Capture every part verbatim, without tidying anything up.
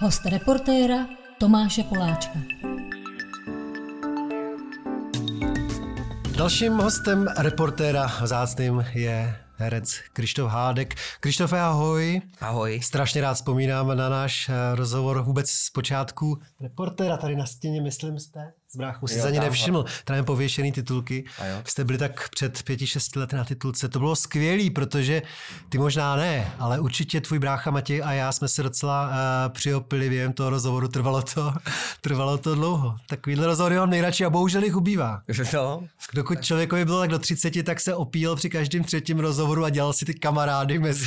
Host reportéra Tomáše Poláčka. Dalším hostem reportéra vzácným je herec Krištof Hádek. Krištofe, ahoj. Ahoj. Strašně rád vzpomínám na náš rozhovor vůbec z počátku reportéra. Tady na stěně, myslím, jste z bráchu, si za ně nevšiml. Tady mám pověšený titulky. Jste byli tak před pěti, šesti lety na titulce. To bylo skvělý, protože ty možná ne, ale určitě tvůj brácha Matěj a já jsme se docela uh, přiopili během toho rozhovoru. Trvalo to, trvalo to dlouho. Takovýhle rozhovor mám nejradši a bohužel jich ubývá. No. Dokud člověkovi bylo tak do třiceti, tak se opíjel při každém třetím rozhovoru a dělal si ty kamarády mezi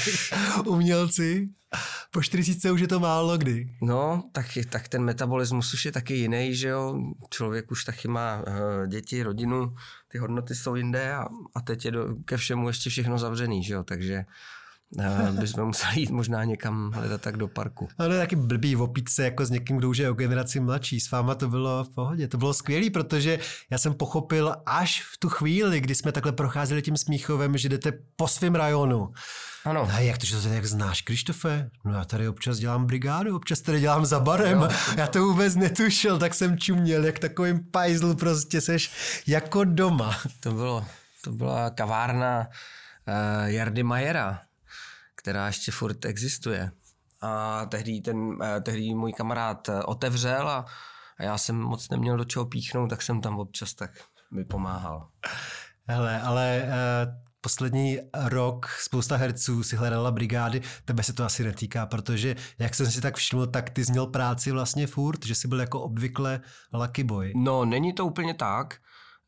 umělci. Po čtyřicítce už je to málo kdy. No, tak, tak ten metabolismus už je taky jiný, že jo. Člověk už taky má uh, děti, rodinu, ty hodnoty jsou jinde a, a teď je do, ke všemu ještě všechno zavřený, že jo. Takže uh, bychom museli jít možná někam hledat tak do parku. Ano, je taky blbý opít se jako s někým, kdo už je o generaci mladší. S váma to bylo v pohodě. To bylo skvělý, protože já jsem pochopil až v tu chvíli, kdy jsme takhle procházeli tím Smíchovem, že jdete po svém rajonu. Ano. A jak to, že to jak znáš, Krištofe? No já tady občas dělám brigádu, občas tady dělám za barem. Jo. Já to vůbec netušil, tak jsem čuměl, jak takovým pajzl prostě seš jako doma. To bylo, to byla kavárna uh, Jardy Majera, která ještě furt existuje. A tehdy, ten, uh, tehdy můj kamarád otevřel a, a já jsem moc neměl do čeho píchnout, tak jsem tam občas tak mi pomáhal. Hele, ale... Uh, Poslední rok spousta herců si hledala brigády, tebe se to asi netýká, protože jak jsem si tak všiml, tak ty jsi měl práci vlastně furt, že jsi byl jako obvykle lucky boy. No, není to úplně tak.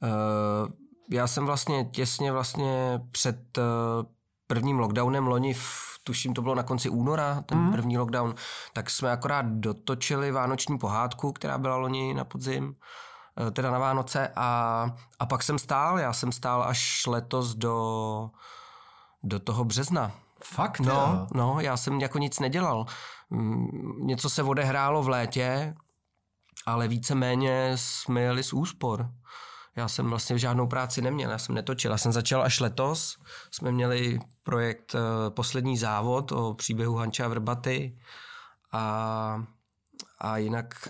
Uh, já jsem vlastně těsně vlastně před uh, prvním lockdownem loni, v, tuším to bylo na konci února, ten mm. první lockdown, tak jsme akorát dotočili vánoční pohádku, která byla loni na podzim, teda na Vánoce a, a pak jsem stál, já jsem stál až letos do, do toho března. Fakt? No, jo? no, já jsem jako nic nedělal. Něco se odehrálo v létě, ale víceméně jsme jeli z úspor. Já jsem vlastně žádnou práci neměl, já jsem netočil. Já jsem začal až letos, jsme měli projekt Poslední závod o příběhu Hanča Vrbaty a, a jinak...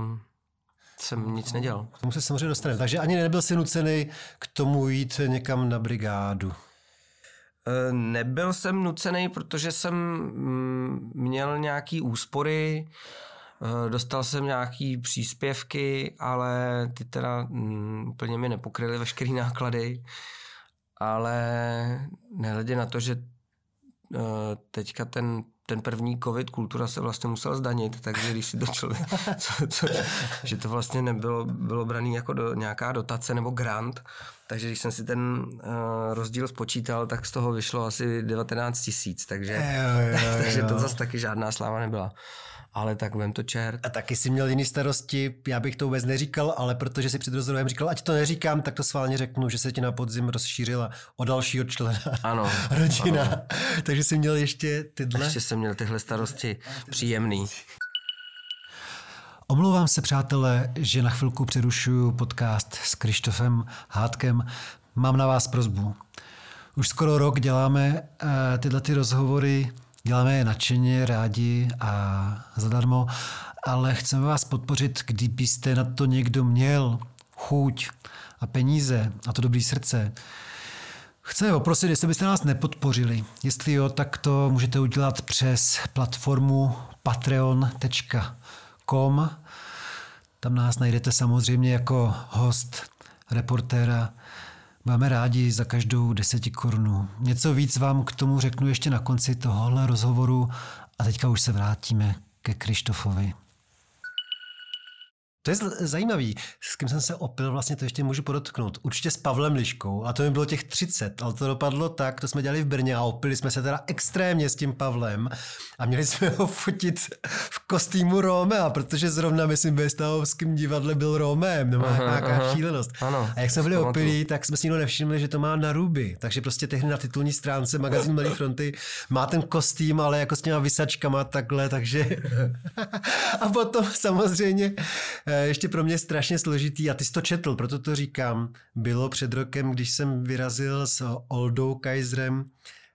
jsem nic nedělal. K tomu se samozřejmě dostaneme. Takže ani nebyl jsi nucený k tomu jít někam na brigádu? Nebyl jsem nucený, protože jsem měl nějaký úspory, dostal jsem nějaký příspěvky, ale ty teda úplně mi nepokryly veškerý náklady. Ale nehledě na to, že teďka ten ten první covid, kultura se vlastně musela zdanit, takže když si to člověk, co, co, že to vlastně nebylo bylo braný jako do, nějaká dotace nebo grant, takže když jsem si ten uh, rozdíl spočítal, tak z toho vyšlo asi devatenáct tisíc, takže, jo, jo, jo. takže to zase taky žádná sláva nebyla. Ale tak vem to čert. A taky jsi měl jiný starosti, já bych to vůbec neříkal, ale protože si před rozhovorem říkal, ať to neříkám, tak to sválně řeknu, že se ti na podzim rozšířila o dalšího člena ano, rodina. Ano. Takže jsi měl ještě tyhle... Ještě jsem měl tyhle starosti příjemný. Omlouvám se, přátelé, že na chvilku přerušuju podcast s Krištofem Hádkem. Mám na vás prosbu. Už skoro rok děláme uh, tyhle ty rozhovory, děláme je nadšeně, rádi a zadarmo, ale chceme vás podpořit, kdybyste na to někdo měl chuť a peníze a to dobrý srdce. Chceme poprosit, jestli byste nás nepodpořili. Jestli jo, tak to můžete udělat přes platformu patreon tečka com. Tam nás najdete samozřejmě jako host reportéra. Budeme rádi za každou deseti korunu. Něco víc vám k tomu řeknu ještě na konci tohohle rozhovoru a teďka už se vrátíme ke Krištofovi. To je zajímavý, s kým jsem se opil, vlastně to ještě můžu podotknout. Určitě s Pavlem Liškou, a to mi bylo těch třicet, ale to dopadlo tak, to jsme dělali v Brně a opili jsme se teda extrémně s tím Pavlem a měli jsme ho fotit v kostýmu Rómea, protože zrovna, myslím, ve Stavovském divadle byl Rómeem, nebo aha, nějaká aha. šílenost. Ano, a jak jsme byli opilí, tak jsme si nikdo nevšimli, že to má na ruby, takže prostě tehdy na titulní stránce magazín Mladé fronty má ten kostým, ale jako s těma vysačkama takhle, takže a potom samozřejmě ještě pro mě strašně složitý, a ty jsi to četl, proto to říkám, bylo před rokem, když jsem vyrazil s Oldou Kaiserem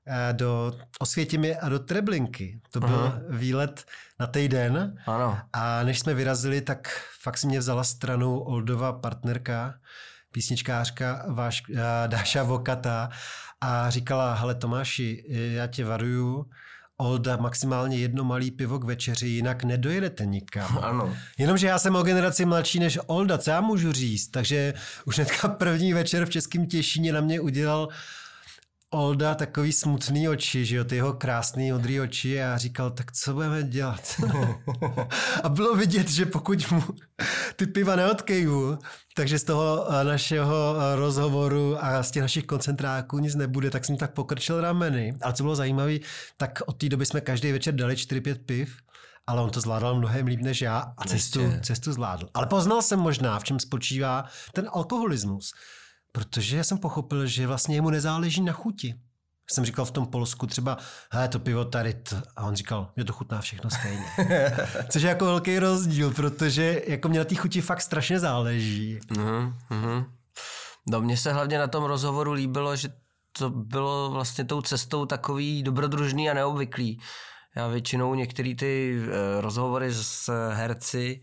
do Osvětimi a do Treblinky. To byl uh-huh. výlet na týden. Ano. A než jsme vyrazili, tak fakt si mě vzala stranu Oldova partnerka, písničkářka Váš, Dáša Vokata a říkala, hele Tomáši, já tě varuju, Olda maximálně jedno malý pivo k večeři, jinak nedojedete nikam. Ano. Jenomže já jsem o generaci mladší než Olda, co já můžu říct? Takže už hnedka první večer v Českém Těšíně na mě udělal Olda takový smutný oči, že jo, ty jeho krásný modrý oči a říkal, tak co budeme dělat? A bylo vidět, že pokud mu ty piva neodkejvu, takže z toho našeho rozhovoru a z těch našich koncentráků nic nebude, tak jsem tak pokrčil rameny. Ale co bylo zajímavé, tak od té doby jsme každý večer dali čtyři pět piv, ale on to zvládal mnohem líp než já a cestu, cestu zvládl. Ale poznal jsem možná, v čem spočívá ten alkoholismus. Protože já jsem pochopil, že vlastně jemu nezáleží na chuti. Jsem říkal v tom Polsku třeba, hele, to pivo tady, to. A on říkal, mě to chutná všechno stejně. Což je jako velký rozdíl, protože jako mě na té chuti fakt strašně záleží. Mm, mm. No mně se hlavně na tom rozhovoru líbilo, že to bylo vlastně tou cestou takový dobrodružný a neobvyklý. Já většinou některé ty rozhovory s herci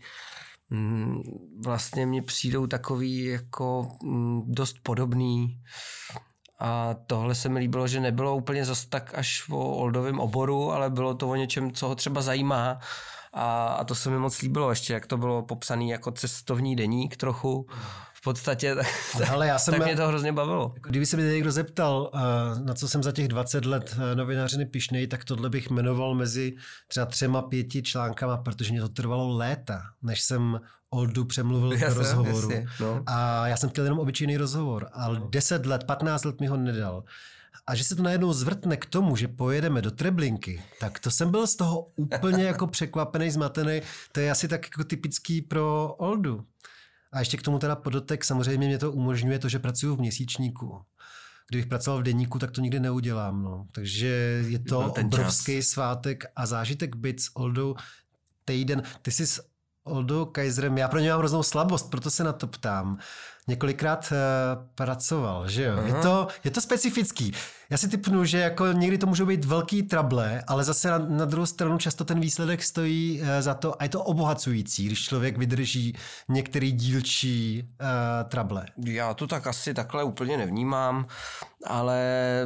vlastně mi přijdou takový jako dost podobný a tohle se mi líbilo, že nebylo úplně zas tak až o Oldovém oboru, ale bylo to o něčem, co ho třeba zajímá a, a to se mi moc líbilo ještě, jak to bylo popsaný jako cestovní deník trochu. V podstatě, tak, ale já jsem, tak mě to hrozně bavilo. Kdyby se mě někdo zeptal, na co jsem za těch dvacet let novinářiny pyšnej, tak tohle bych jmenoval mezi třeba třema pěti článkama, protože mě to trvalo léta, než jsem Oldu přemluvil do rozhovoru. Jasně, no. A já jsem chtěl jenom obyčejný rozhovor, ale deset let, patnáct let mi ho nedal. A že se to najednou zvrtne k tomu, že pojedeme do Treblinky, tak to jsem byl z toho úplně jako překvapený, zmatený. To je asi tak jako typický pro Oldu. A ještě k tomu teda podotek, samozřejmě mě to umožňuje to, že pracuju v měsíčníku. Kdybych pracoval v deníku, tak to nikdy neudělám. No. Takže je to obrovský čas. Svátek a zážitek být s Oldou týden. Ty jsi s Oldou Kaiserem, já pro ně mám hroznou slabost, proto se na to ptám. Několikrát uh, pracoval, že jo? Je to, je to specifický. Já si tipnu, že jako někdy to můžou být velký trable, ale zase na, na druhou stranu často ten výsledek stojí uh, za to a je to obohacující, když člověk vydrží některý dílčí uh, trable. Já to tak asi takhle úplně nevnímám, ale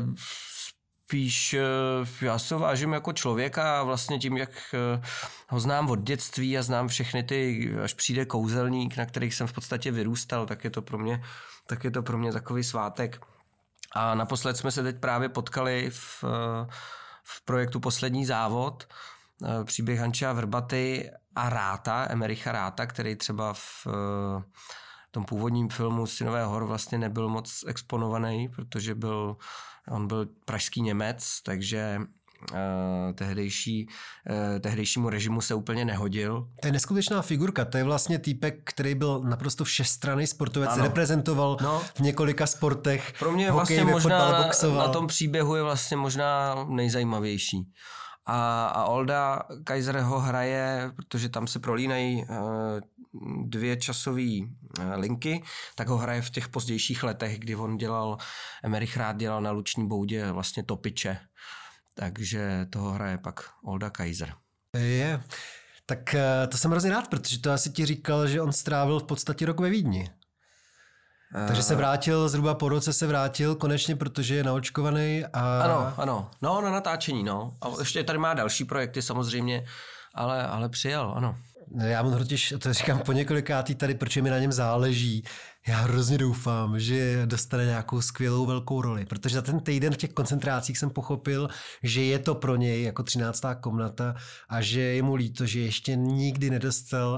spíš já se ho vážím jako člověka a vlastně tím, jak ho znám od dětství a znám všechny ty, až přijde kouzelník, na kterých jsem v podstatě vyrůstal, tak je to pro mě, tak je to pro mě takový svátek. A naposled jsme se teď právě potkali v, v projektu Poslední závod, příběh Hanča Vrbaty a Ráta, Emericha Ráta, který třeba v tom původním filmu Synové hor vlastně nebyl moc exponovaný, protože byl, on byl pražský Němec, takže Uh, tehdejší, uh, tehdejšímu režimu se úplně nehodil. To je neskutečná figurka, to je vlastně týpek, který byl naprosto všestranný sportovec, ano. Reprezentoval no. v několika sportech. Pro mě vlastně možná na tom příběhu je vlastně možná nejzajímavější. A, a Olda Kaiser ho hraje, protože tam se prolínají uh, dvě časové uh, linky, tak ho hraje v těch pozdějších letech, kdy on dělal, Emerich Rád dělal na Luční boudě vlastně topiče. Takže toho hraje pak Olda Kaiser. Je, tak to jsem hrozně rád, protože to asi ti říkal, že on strávil v podstatě rok ve Vídni. Uh, Takže se vrátil, zhruba po roce se vrátil konečně, protože je naočkovaný. A... Ano, ano. No, na natáčení, no. A ještě tady má další projekty samozřejmě, ale, ale přijel, ano. Já mu totiž, to říkám po několikátý tady, protože mi na něm záleží. Já hrozně doufám, že dostane nějakou skvělou velkou roli, protože za ten týden v těch koncentrácích jsem pochopil, že je to pro něj jako třináctá komnata a že je mu líto, že ještě nikdy nedostal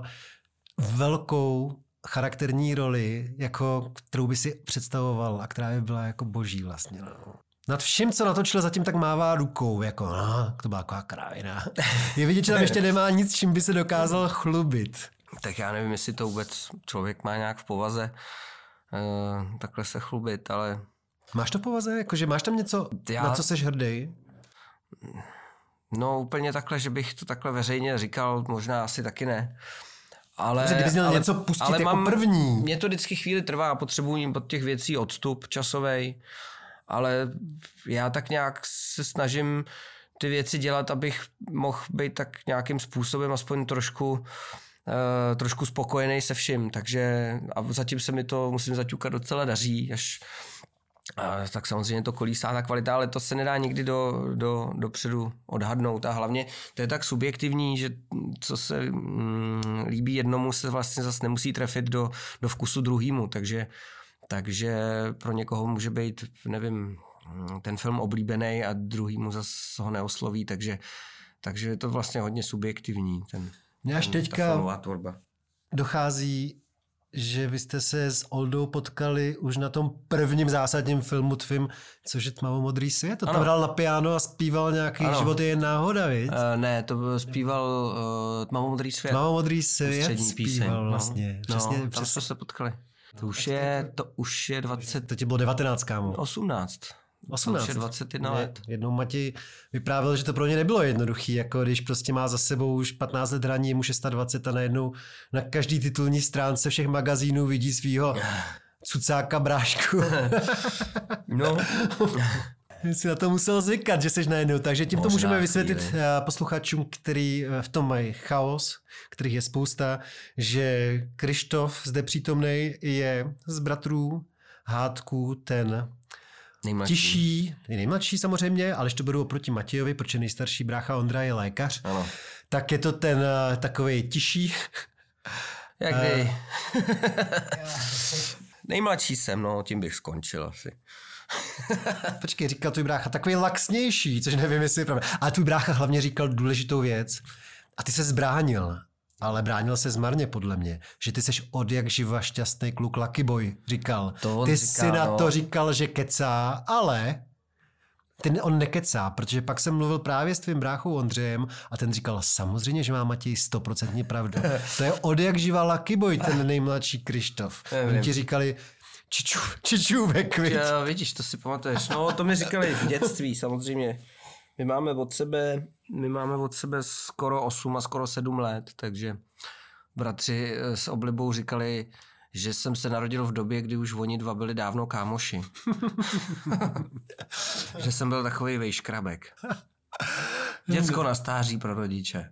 velkou charakterní roli, jako, kterou by si představoval a která by byla jako boží vlastně. No. Nad vším, co natočil, zatím tak mává rukou, jako no, to byla taková krávina. Je vidět, že tam ještě nemá nic, čím by se dokázal chlubit. Tak já nevím, jestli to vůbec člověk má nějak v povaze uh, takhle se chlubit, ale... Máš to v povaze? Jakože máš tam něco, já... na co seš hrdý? No úplně takhle, že bych to takhle veřejně říkal, možná asi taky ne. Ale, kdybys měl ale, něco pustit ale jako mám, první. Mě to vždycky chvíli trvá, potřebuji od těch věcí odstup časovej ale já tak nějak se snažím ty věci dělat, abych mohl být tak nějakým způsobem aspoň trošku, uh, trošku spokojený se vším, takže a zatím se mi to, musím zaťukat, docela daří, až a tak samozřejmě to kolísá ta kvalita, ale to se nedá nikdy do, do, dopředu odhadnout a hlavně to je tak subjektivní, že co se mm, líbí jednomu, se vlastně zase nemusí trefit do, do vkusu druhýmu, takže, takže pro někoho může být, nevím, ten film oblíbený a druhýmu zase ho neosloví, takže, takže je to vlastně hodně subjektivní. Ten, Mě až ten, teďka tvorba. dochází, že vy jste se s Oldou potkali už na tom prvním zásadním filmu tvým, což je Tmavomodrý svět. To tam hrál na piano a zpíval nějaký ano. Život je jen náhoda, viď? Uh, ne, to byl, zpíval uh, Tmavomodrý svět. Tmavomodrý svět zpíval vlastně. No, přesně, no, tam přesně. jsme se potkali. To už je, to už je dvacet... To ti bylo devatenáct, kámo. osmnáct. osmnáct. To už je dvacet jedna let. Jednou Matěj vyprávěl, že to pro ně nebylo jednoduchý, jako když prostě má za sebou už patnáct let hraní, mu dvacet šest a najednou na každý titulní stránce všech magazínů vidí svýho cucáka brášku. No. Jsi na to musel zvykat, že jsi najednou, takže tím to můžeme vysvětlit chvíli. Posluchačům, který v tom mají chaos, kterých je spousta, že Kryštof zde přítomnej je z bratrů Hádků ten nejmladší. Tiší, nejmladší samozřejmě, ale když to beru oproti Matějovi, protože nejstarší brácha Ondra je lékař, ano. Tak je to ten uh, takovej tiší. Jak dej. Nejmladší jsem, no, tím bych skončil asi. Počkej, říkal tvůj brácha, takový laxnější, což nevím, jestli je pravda. A tvůj brácha hlavně říkal důležitou věc a ty se zbránil. Ale bránil se zmarně, podle mě. Že ty seš od jak živa šťastný kluk, Lucky Boy, říkal. To ty říká, si na no. to říkal, že kecá, ale ten on nekecá, protože pak jsem mluvil právě s tvým bráchou Ondřejem a ten říkal, samozřejmě, že má Matěj stoprocentně pravdu. To je od jak živa Lucky Boy, ten nejmladší Kryštof. Oni ti říkali, čičů, čičůvek, viď? Já, vidíš, to si pamatuješ. No, to mi říkali v dětství, samozřejmě. My máme od sebe, my máme od sebe skoro osm a skoro sedm let, takže bratři s oblibou říkali, že jsem se narodil v době, kdy už oni dva byli dávno kámoši. Že jsem byl takový vejškrabek. Děcko na stáří pro rodiče.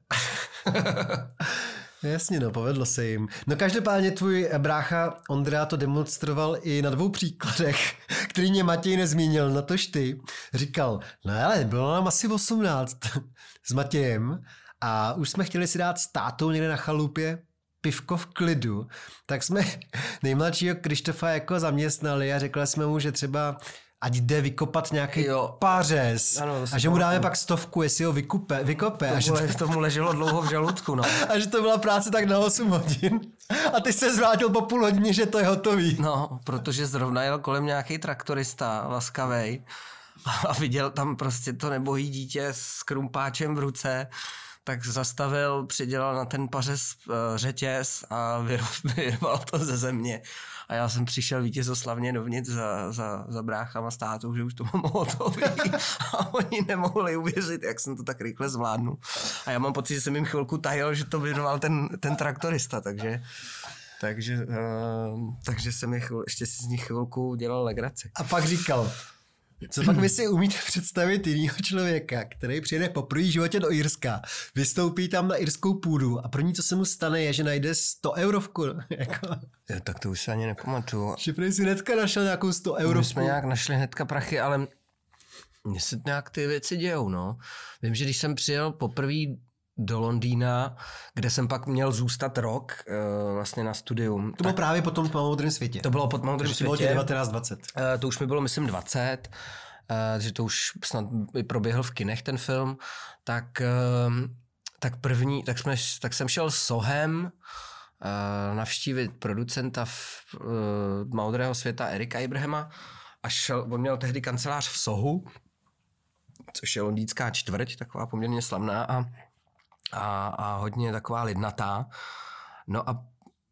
Jasně, no, povedlo se jim. No každopádně tvůj brácha Ondra to demonstroval i na dvou příkladech, který mě Matěj nezmínil, natož ty. Říkal, no ale bylo nám asi osmnáct s Matějem a už jsme chtěli si dát s tátou někde na chalupě pivko v klidu, tak jsme nejmladšího Kryštofa jako zaměstnali a řekli jsme mu, že třeba ať jde vykopat nějaký jo. pařez ano, a že mu dáme pak stovku, jestli ho vykupe, vykope. To a že to... tomu leželo dlouho v žaludku. No. A že to byla práce tak na osm hodin. A ty se zvrátil po půl hodině, že to je hotový. No, protože zrovna jel kolem nějaký traktorista laskavej a viděl tam prostě to nebohý dítě s krumpáčem v ruce, tak zastavil, přidělal na ten pařez řetěz a vyrval to ze země. A já jsem přišel vítězoslavně dovnitř za, za, za bráchama s tátou, že už to mám hotový. A oni nemohli uvěřit, jak jsem to tak rychle zvládnu. A já mám pocit, že jsem jim chvilku tajil, že to vyrval ten, ten traktorista, takže... Takže, uh, takže jsem chvil, ještě si z nich chvilku dělal legraci. A pak říkal, co pak vy si umíte představit jinýho člověka, který přijede po první životě do Irska, vystoupí tam na irskou půdu a první, co se mu stane, je, že najde sto eurovku. Jako. Já, tak to už se ani nepamatuju. Že prý si hnedka našel nějakou sto eurovku. My jsme nějak našli hnedka prachy, ale mně se nějak ty věci dějou, no. Vím, že když jsem přijel poprvé do Londýna, kde jsem pak měl zůstat rok uh, vlastně na studium. To bylo tak, právě po tom Tmavomodrém světě. To bylo po Tmavomodrém světě. To bylo devatenáct dvacet. Uh, to už mi bylo, myslím, dvacet, uh, že to už snad proběhl v kinech ten film. Tak, uh, tak první, tak, jsme, tak jsem šel s Sohem uh, navštívit producenta v, uh, Tmavomodrého světa Erika Ibrahima a šel, on měl tehdy kancelář v Sohu, což je londýnská čtvrť, taková poměrně slavná a A, a hodně taková lidnatá. No a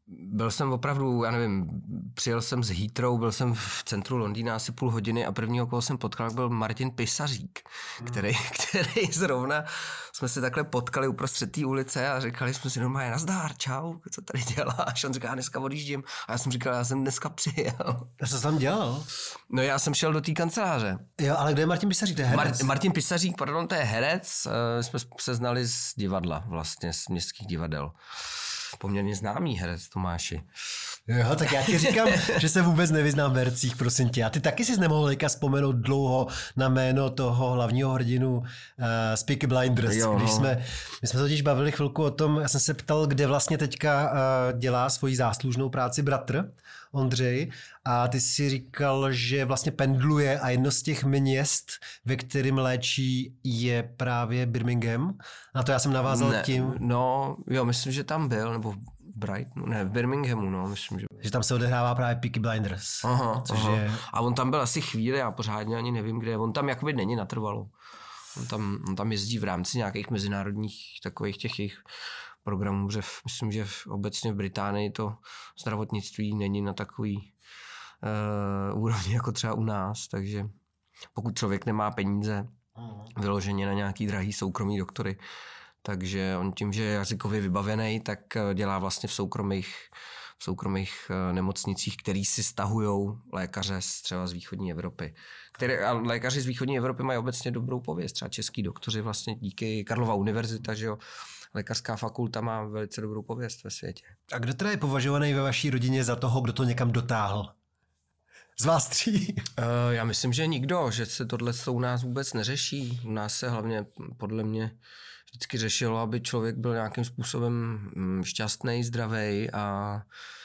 byl jsem opravdu, já nevím, přijel jsem z Heathrow, byl jsem v centru Londýna asi půl hodiny a prvního, koho jsem potkal, byl Martin Pisařík, hmm. který, který zrovna jsme se takhle potkali uprostřed té ulice a říkali jsme si normálně nazdár, čau, co tady děláš? On říká, já dneska odjíždím a já jsem říkal, já jsem dneska přijel. A co jsi tam dělal? No já jsem šel do té kanceláře. Jo, ale kde je Martin Pisařík? To je herec. Mar- Martin Pisařík, pardon, to je herec, uh, jsme se znali z divadla, vlastně z městských divadel. Poměrně známý herec, Tomáši. Jo, tak já ti říkám, že se vůbec nevyznám v hercích, prosím tě. A ty taky jsi nemohl teďka vzpomenout dlouho na jméno toho hlavního hrdinu uh, z Peaky Blinders. Jo, když no. jsme, my jsme totiž bavili chvilku o tom, já jsem se ptal, kde vlastně teďka uh, dělá svoji záslužnou práci bratr Ondřej a ty si říkal, že vlastně pendluje a jedno z těch měst, ve kterém léčí, je právě Birmingham. Na to já jsem navázal ne, tím. No, jo, myslím, že tam byl, nebo v Brightonu, ne, v Birminghamu, no, myslím, že... Že tam se odehrává právě Peaky Blinders. Aha, což aha. Je... A on tam byl asi chvíli, já pořádně ani nevím, kde. On tam jakoby není natrvalo. On tam, on tam jezdí v rámci nějakých mezinárodních takových těch jejich programů, že v, myslím, že v, obecně v Británii to zdravotnictví není na takový uh, úrovni jako třeba u nás, takže pokud člověk nemá peníze vyloženě na nějaký drahý soukromý doktory, takže on tím, že je jazykově vybavený, tak dělá vlastně v soukromých, v soukromých nemocnicích, který si stahujou lékaře z, třeba z východní Evropy. Které, a lékaři z východní Evropy mají obecně dobrou pověst. Třeba český doktoři vlastně díky Karlova univerzita, že jo, lékařská fakulta má velice dobrou pověst ve světě. A kdo teda je považovaný ve vaší rodině za toho, kdo to někam dotáhl? Z vás tří? Uh, já myslím, že nikdo, že se tohle u nás vůbec neřeší. U nás se hlavně podle mě vždycky řešilo, aby člověk byl nějakým způsobem šťastný, zdravý a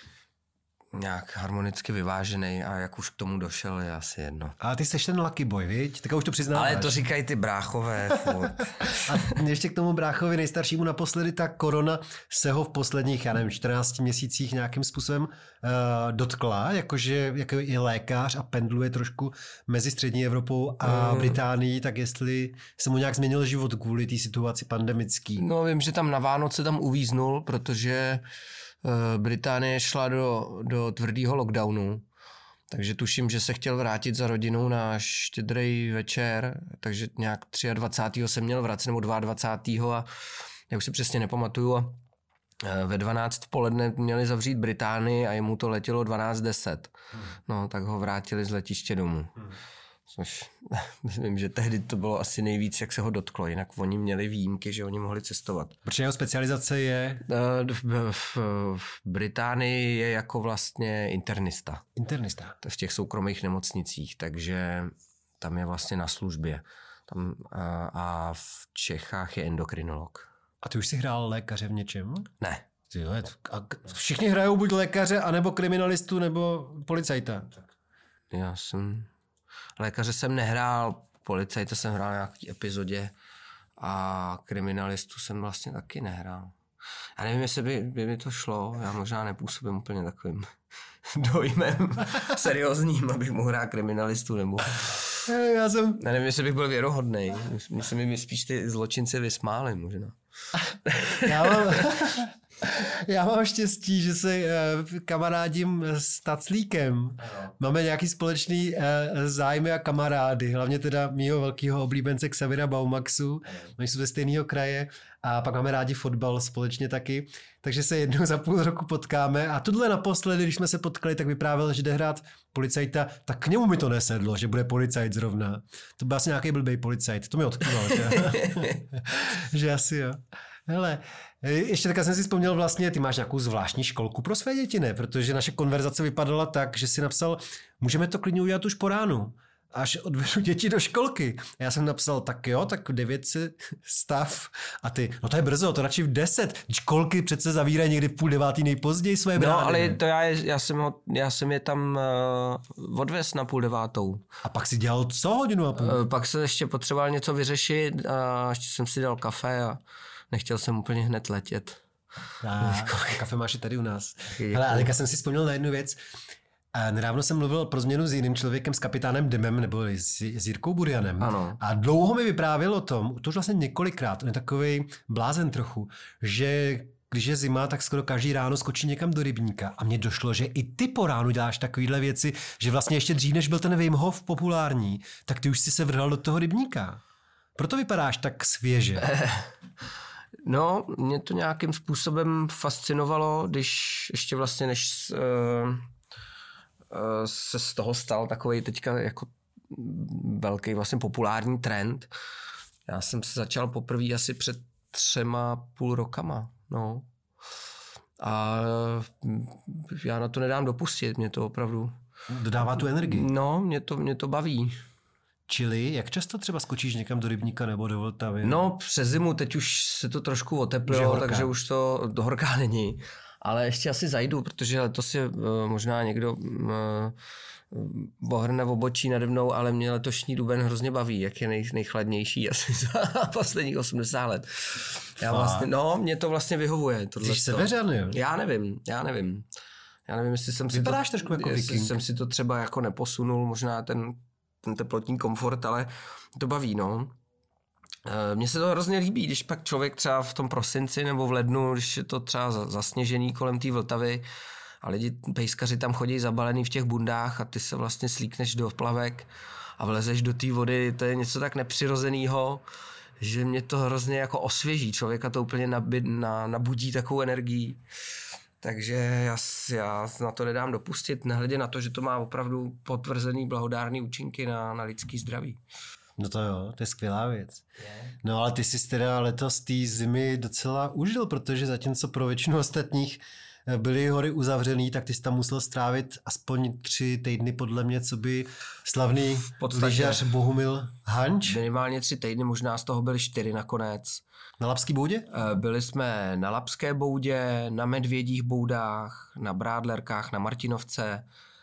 nějak harmonicky vyvážený a jak už k tomu došel, je asi jedno. A ty jsi ten lucky boy, viď? Tak už to přiznáváš. Ale to říkají ty bráchové. A ještě k tomu bráchovi nejstaršímu naposledy, ta korona se ho v posledních, já nevím, čtrnácti měsících nějakým způsobem uh, dotkla, jakože jako je lékař a pendluje trošku mezi střední Evropou a mm. Británií, tak jestli se mu nějak změnil život kvůli té situaci pandemický. No vím, že tam na Vánoce tam uvíznul, protože Británie šla do, do tvrdého lockdownu, takže tuším, že se chtěl vrátit za rodinou na štědrý večer, takže nějak dvacátého třetího se měl vracet, nebo dvacátého druhého a já už si přesně nepamatuju a ve dvanáct v poledne měli zavřít Británii a jemu to letělo dvanáct deset. Hmm. No, tak ho vrátili z letiště domů. Hmm. Což myslím, že tehdy to bylo asi nejvíc, jak se ho dotklo. Jinak oni měli výjimky, že oni mohli cestovat. Protože jeho specializace je? V, v, v Británii je jako vlastně internista. Internista. V těch soukromých nemocnicích, takže tam je vlastně na službě. Tam, a, a v Čechách je endokrinolog. A ty už jsi hrál lékaře v něčem? Ne. A všichni hrajou buď lékaře, anebo kriminalistu, nebo policajta. Já jsem... Lékaře jsem nehrál, policajta jsem hrál v nějaký epizodě a kriminalistu jsem vlastně taky nehrál. Já nevím, jestli by, by mi to šlo, já možná nepůsobím úplně takovým dojmem seriózním, abych mohl hrát kriminalistu, nebo... Já jsem... Já nevím, jestli bych byl věrohodnej. Myslím, že mi spíš ty zločinci vysmáli, možná. Já mám... Já mám štěstí, že se uh, kamarádím s Taclíkem. Ano. Máme nějaký společný uh, zájmy a kamarády, hlavně teda mýho velkého oblíbence Xaviera Baumaxu. Oni jsou ze stejného kraje a pak máme rádi fotbal společně taky. Takže se jednou za půl roku potkáme a tohle naposledy, když jsme se potkali, tak vyprávěl, že jde hrát policajta, tak k němu mi to nesedlo, že bude policajt zrovna. To byl asi nějaký blbej policajt, to mi odkýval, že? Že asi jo. Hele, ještě tak jsem si vzpomněl vlastně, ty máš nějakou zvláštní školku pro své děti, ne? Protože naše konverzace vypadala tak, že si napsal, můžeme to klidně udělat už po ránu, až odvedu děti do školky. A já jsem napsal, tak jo, tak v devět se stav. A ty, no to je brzo, to radši v deset. Školky přece zavírají někdy v půl devátý nejpozději své brány. No, ale to já, já, jsem ho, já jsem je tam uh, odvez na půl devátou. A pak si dělal co hodinu a půl? Uh, pak se ještě potřeboval něco vyřešit a ještě jsem si dal kafe a nechtěl jsem úplně hned letět. A, kafe máš i tady u nás. Hele, a teďka jsem si vzpomněl na jednu věc. A nedávno jsem mluvil pro změnu s jiným člověkem, s kapitánem Demem, nebo s, s Jirkou Burianem. Ano. A dlouho mi vyprávěl o tom, to už vlastně několikrát, on je takovej blázen trochu, že když je zima, tak skoro každý ráno skočí někam do rybníka. A mně došlo, že i ty po ránu děláš takovýhle věci, že vlastně ještě dřív, než byl ten Wim Hof populární, tak ty už si se vrhal do toho rybníka. Proto vypadáš tak svěže. No, mě to nějakým způsobem fascinovalo, když ještě vlastně než uh, uh, se z toho stal takovej teďka jako velký vlastně populární trend. Já jsem se začal poprvé asi před třema půl rokama, no. A já na to nedám dopustit, mě to opravdu... Dodává tu energii. No, mě to, mě to baví. Čili jak často třeba skočíš někam do rybníka nebo do Vltavy? No, přes zimu, teď už se to trošku oteplilo, takže už to do horká není. Ale ještě asi zajdu, protože letos je uh, možná někdo uh, ohrne v obočí nade mnou, ale mě letošní duben hrozně baví, jak je nej, nejchladnější asi za posledních osmdesát let. Já vlastně, no, mě to vlastně vyhovuje. Jsi seveřan, jo? Já nevím, já nevím. Já nevím, jestli jsem si Vypadáš to, trošku jako jestli viking. jsem si to třeba jako neposunul, možná ten, ten teplotní komfort, ale to baví, no. Mně se to hrozně líbí, když pak člověk třeba v tom prosinci nebo v lednu, když je to třeba zasněžený kolem té Vltavy a lidi, pejskaři tam chodí zabalený v těch bundách a ty se vlastně slíkneš do plavek a vlezeš do té vody, to je něco tak nepřirozenýho, že mě to hrozně jako osvěží, člověka to úplně nabid, na, nabudí takovou energii. Takže já, já na to nedám dopustit, nehledě na to, že to má opravdu potvrzený blahodárný účinky na, na lidský zdraví. No to jo, to je skvělá věc. No ale ty jsi teda letos té zimy docela užil, protože zatímco pro většinu ostatních byly hory uzavřený, tak ty jsi tam musel strávit aspoň tři týdny podle mě, co by slavný lyžař Bohumil Hanč. Minimálně tři týdny, možná z toho byly čtyři nakonec. Na Lapský boudě? Byli jsme na Lapské boudě, na Medvědích boudách, na Brádlerkách, na Martinovce.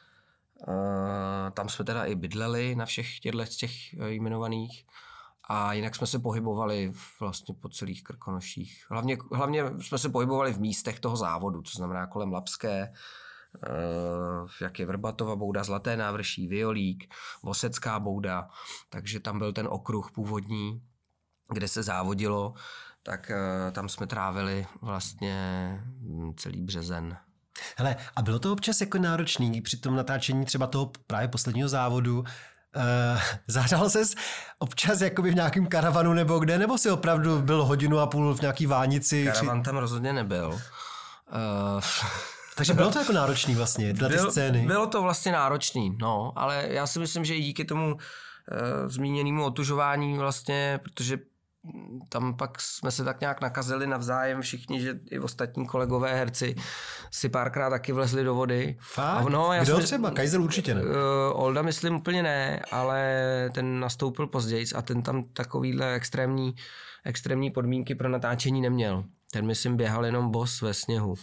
Tam jsme teda i bydleli na všech těchto těch jmenovaných. A jinak jsme se pohybovali vlastně po celých Krkonoších. Hlavně, hlavně jsme se pohybovali v místech toho závodu, to znamená kolem Lapské, jak je Vrbatova bouda, Zlaté návrší, Violík, Vosecká bouda, takže tam byl ten okruh původní, kde se závodilo, tak tam jsme trávili vlastně celý březen. Hele, a bylo to občas jako náročný při tom natáčení třeba toho právě posledního závodu? Uh, zahřál ses občas jakoby v nějakém karavanu nebo kde, nebo si opravdu byl hodinu a půl v nějaký vánici? Karavan či... tam rozhodně nebyl. Uh... Takže bylo to jako náročný vlastně, dla ty Byl, scény? Bylo to vlastně náročný, no, ale já si myslím, že i díky tomu uh, zmíněnému otužování vlastně, protože tam pak jsme se tak nějak nakazili navzájem všichni, že i ostatní kolegové herci si párkrát taky vlezli do vody. Fakt? No, já Kdo jsem, třeba? Kaiser určitě ne. Uh, Olda myslím úplně ne, ale ten nastoupil později a ten tam takovýhle extrémní, extrémní podmínky pro natáčení neměl. Ten myslím běhal jenom bos ve sněhu.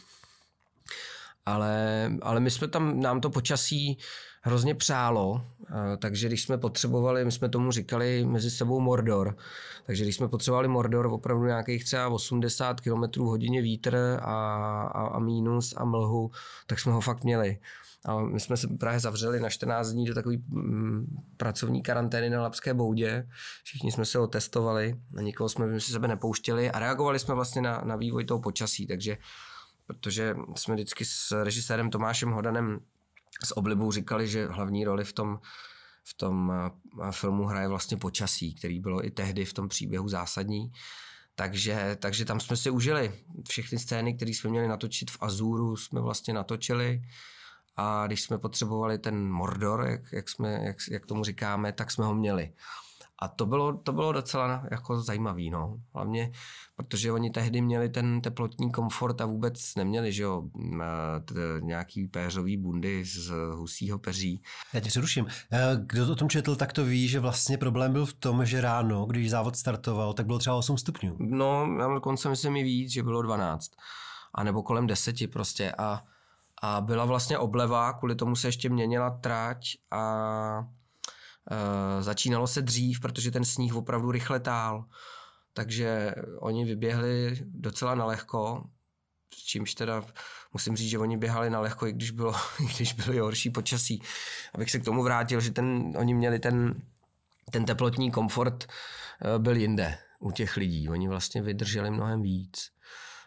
Ale, ale my jsme tam, nám to počasí hrozně přálo, takže když jsme potřebovali, my jsme tomu říkali mezi sebou Mordor, takže když jsme potřebovali Mordor opravdu nějakých třeba osmdesát kilometrů hodině vítr a, a, a mínus a mlhu, tak jsme ho fakt měli. A my jsme se právě zavřeli na čtrnáct dní do takové mm, pracovní karantény na Lapské boudě. Všichni jsme se otestovali, na nikoho jsme si sebe nepouštěli a reagovali jsme vlastně na, na vývoj toho počasí, takže protože jsme vždycky s režisérem Tomášem Hodanem s oblibou říkali, že hlavní roli v tom, v tom filmu hraje vlastně počasí, který bylo i tehdy v tom příběhu zásadní. Takže, takže tam jsme si užili. Všechny scény, které jsme měli natočit v Azuru, jsme vlastně natočili. A když jsme potřebovali ten Mordor, jak, jak, jsme, jak, jak tomu říkáme, tak jsme ho měli. A to bylo, to bylo docela jako zajímavý, no. Hlavně, protože oni tehdy měli ten teplotní komfort a vůbec neměli, že jo, nějaký péřový bundy z husího peří. Já tě přeruším. Kdo to o tom četl, tak to ví, že vlastně problém byl v tom, že ráno, když závod startoval, tak bylo třeba osm stupňů. No, já dokonce myslím i víc, že bylo dvanáct. A nebo kolem deseti prostě. A, a byla vlastně obleva, kvůli tomu se ještě měnila trať a Uh, začínalo se dřív, protože ten sníh opravdu rychle tál, takže oni vyběhli docela nalehko, s čímž teda musím říct, že oni běhali nalehko, i když bylo, i když bylo horší počasí. Abych se k tomu vrátil, že ten, oni měli ten, ten teplotní komfort uh, byl jinde u těch lidí. Oni vlastně vydrželi mnohem víc.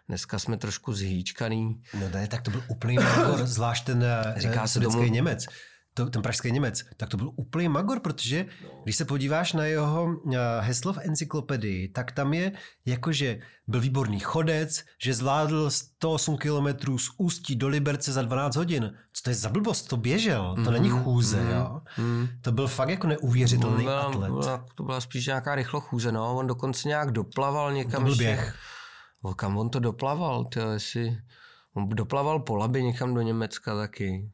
dneska jsme trošku zhýčkaný. No ne, tak to byl úplný magor, zvlášť ten Říká se sovětský tomu... Němec. To, ten pražský Němec, tak to byl úplný magor, protože když se podíváš na jeho heslo v encyklopedii, tak tam je jakože byl výborný chodec, že zvládl sto osm kilometrů z Ústí do Liberce za dvanáct hodin. Co to je za blbost? To běžel, to mm-hmm. není chůze, mm-hmm. jo. Mm-hmm. To byl fakt jako neuvěřitelný byla, atlet. Byla, to byla spíš nějaká rychlochůze, no. On dokonce nějak doplaval někam. To byl běh. O, kam on to doplaval? Tyjo, jestli... On doplaval po Labi někam do Německa taky.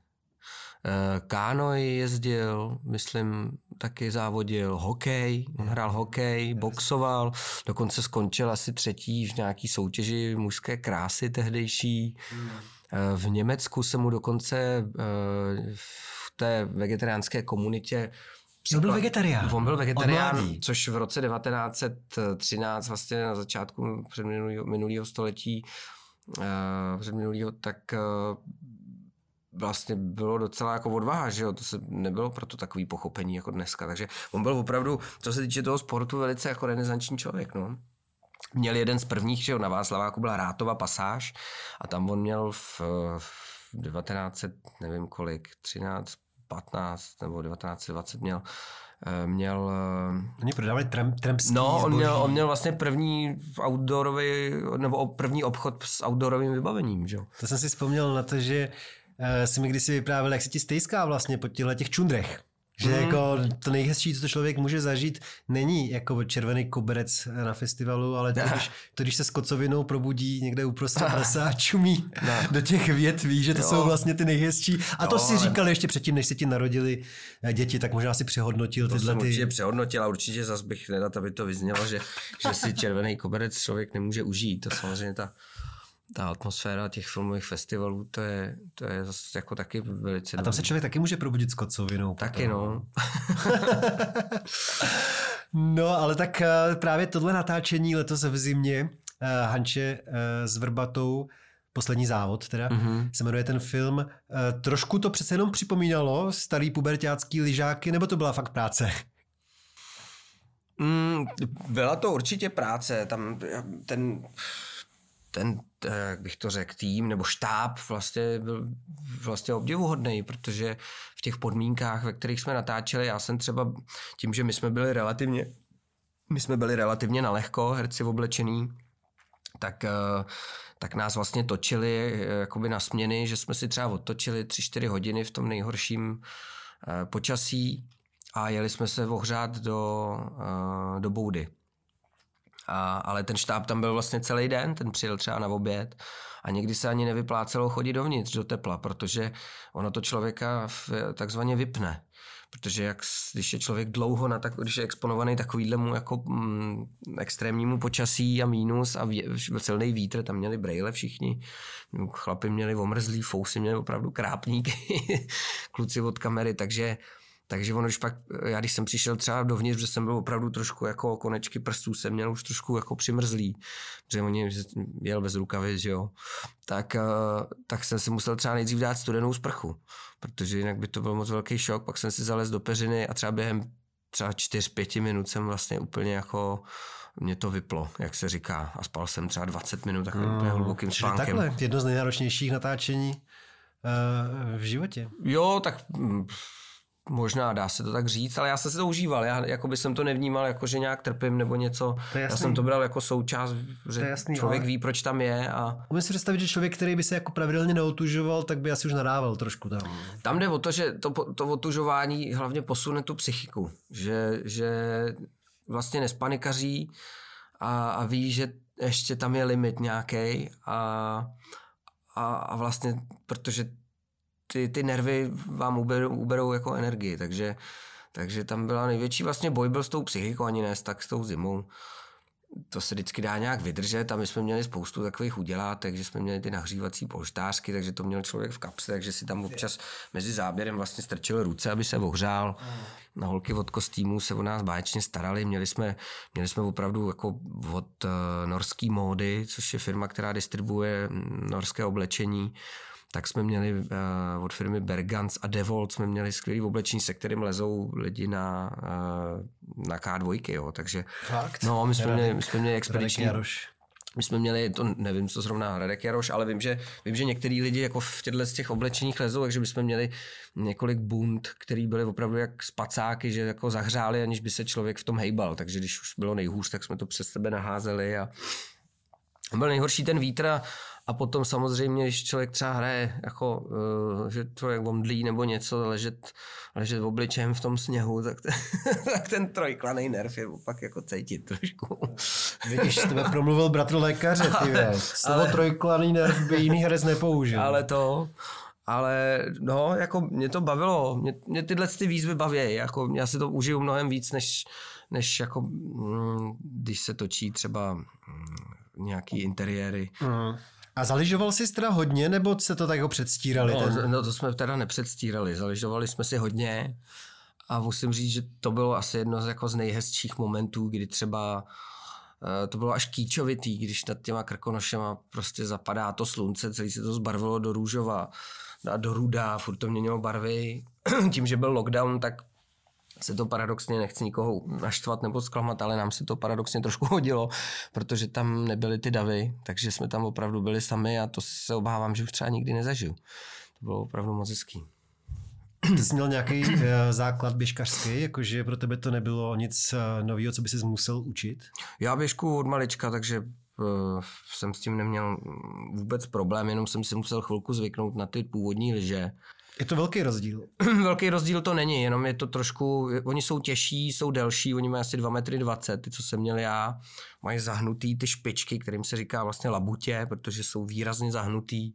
Kánoj jezdil, myslím, taky závodil, hokej, on hrál hokej, boxoval, dokonce skončil asi třetí v nějaký soutěži mužské krásy tehdejší. V Německu se mu dokonce v té vegetariánské komunitě On byl vegetarián. On byl vegetarián, což v roce devatenáct set třináct, vlastně na začátku předminulého minulého století, předminulého, tak vlastně bylo docela jako odvaha, že jo, to se nebylo proto takový pochopení jako dneska, takže on byl opravdu, co se týče toho sportu, velice jako renesanční člověk, no. Měl jeden z prvních, že jo, na Václaváku byla Rátova pasáž a tam on měl v, v devatenáct set, nevím kolik, třináct, patnáct nebo devatenáct set dvacet měl, měl... Oni prodávali trampský No, on měl, on měl vlastně první outdoorový, nebo první obchod s outdoorovým vybavením, že jo. To jsem si vzpomněl na to, že jsi mi kdysi vyprávěl, jak se ti stejská vlastně po těchto těch čundrech. Že mm. jako to nejhezčí, co to člověk může zažít, není jako červený koberec na festivalu, ale to, když, to, když se s kocovinou probudí někde uprostřed lesa a čumí no. do těch větví, že to jo. jsou vlastně ty nejhezčí. A to jo, si říkal ještě předtím, než se ti narodili děti, tak možná si přehodnotil to tyhle ty... ty... určitě přehodnotil a určitě zas bych nedat, aby to vyznělo, že, že si červený koberec člověk nemůže užít. To samozřejmě ta... Ta atmosféra těch filmových festivalů, to je, to je zase jako taky velice... A tam se člověk taky může probudit s kocovinou. Taky no. No, ale tak právě tohle natáčení letos v zimě Hanče s Vrbatou, poslední závod teda, mm-hmm. se jmenuje ten film. Trošku to přece jenom připomínalo starý puberťácký lyžáky, nebo to byla fakt práce? Mm, byla to určitě práce. Tam ten... ten, jak bych to řekl, tým nebo štáb vlastně byl vlastně obdivuhodný, protože v těch podmínkách, ve kterých jsme natáčeli, já jsem třeba tím, že my jsme byli relativně my jsme byli relativně nalehko, herci oblečený, tak, tak nás vlastně točili jakoby na směny, že jsme si třeba odtočili tři čtyři hodiny v tom nejhorším počasí a jeli jsme se ohřát do, do boudy. A, ale ten štáb tam byl vlastně celý den, ten přijel třeba na oběd a někdy se ani nevyplácelo chodit dovnitř do tepla, protože ono to člověka takzvaně vypne. Protože jak, když je člověk dlouho, na tak, když je exponovaný takovýhlemu jako mm, extrémnímu počasí a mínus a vě, silný vítr, tam měli brejle všichni, chlapi měli omrzlý, fousy měli opravdu krápníky, kluci od kamery, takže Takže ono už pak, já když jsem přišel třeba dovnitř, že jsem byl opravdu trošku jako konečky prstů, jsem měl už trošku jako přimrzlý, protože oni jel bez rukavic, že jo, tak, tak jsem si musel třeba nejdřív dát studenou sprchu, protože jinak by to byl moc velký šok, pak jsem si zalez do peřiny a třeba během třeba čtyř, pěti minut jsem vlastně úplně jako, mě to vyplo, jak se říká, a spal jsem třeba dvacet minut takovým hmm, úplně hlubokým spánkem. Takhle, jedno z nejnáročnějších natáčení uh, v životě. Jo, tak... Možná dá se to tak říct, ale já jsem si to užíval. Já jako by jsem to nevnímal, jako že nějak trpím nebo něco. Já jsem to bral jako součást, že jasný, člověk ale... ví, proč tam je. A... Umím si představit, že člověk, který by se jako pravidelně neotužoval, tak by asi už nadával trošku tam. Tam jde o to, že to, to otužování hlavně posune tu psychiku. Že, že vlastně nespanikaří a, a ví, že ještě tam je limit nějaký a, a, a vlastně, protože Ty, ty nervy vám uberou, uberou jako energii, takže, takže tam byla největší vlastně boj byl s tou psychikou, ani ne tak s tou zimou. To se vždycky dá nějak vydržet a my jsme měli spoustu takových udělátek, že jsme měli ty nahřívací polštářky, takže to měl člověk v kapse, takže si tam občas mezi záběrem vlastně strčil ruce, aby se ohřál. Na holky od kostýmů se o nás báječně starali, měli jsme, měli jsme opravdu jako od uh, norský módy, což je firma, která distribuuje norské oblečení, tak jsme měli uh, od firmy Bergans a Devolt jsme měli skvělý oblečení, se kterým lezou lidi na, uh, na ká dva, jo, takže Fakt? no, my jsme, měli, my jsme měli expediční My jsme měli, to nevím, co zrovna Radek Jaroš, ale vím, že, vím, že některý lidi jako v těchto z těch oblečeních lezou, takže bychom měli několik bund, který byly opravdu jak spacáky, že jako zahřáli, aniž by se člověk v tom hejbal. Takže když už bylo nejhůř, tak jsme to přes sebe naházeli a byl nejhorší ten vítr a, a potom samozřejmě, když člověk třeba hraje, jako, uh, že člověk omdlí nebo něco, ležet, ležet obličejem v tom sněhu, tak, ten, tak ten trojklanej nerv je opak jako cítit trošku. Vidíš, z tebe promluvil bratr lékaře, ty ale, slovo ale, trojklaný nerv by jiný herec nepoužil. Ale to... Ale no, jako mě to bavilo, mě, mě tyhle ty výzvy baví, jako já si to užiju mnohem víc, než, než jako, mm, když se točí třeba mm, nějaký interiéry. Mm. A zaližoval jsi teda hodně, nebo se to tak jako předstírali? No, ten... no to jsme teda nepředstírali, zaližovali jsme si hodně a musím říct, že to bylo asi jedno z, jako z nejhezčích momentů, kdy třeba to bylo až kýčovitý, když nad těma Krkonošema prostě zapadá to slunce, celý se to zbarvilo do růžova a do ruda, furt to měnilo barvy. Tím, že byl lockdown, tak se to paradoxně, nechci nikoho naštvat nebo zklamat, ale nám se to paradoxně trošku hodilo, protože tam nebyly ty davy, takže jsme tam opravdu byli sami a to se obávám, že už třeba nikdy nezažiju. To bylo opravdu moc hezký. Ty jsi měl nějaký uh, základ běžkařský, jakože pro tebe to nebylo nic uh, nového, co by jsi musel učit? Já běžku od malička, takže uh, jsem s tím neměl vůbec problém, jenom jsem si musel chvilku zvyknout na ty původní lyže. Je to velký rozdíl? Velký rozdíl to není, jenom je to trošku, oni jsou těžší, jsou delší, oni mají asi dva metry dvacet, ty, co jsem měl já, mají zahnutý ty špičky, kterým se říká vlastně labutě, protože jsou výrazně zahnutý.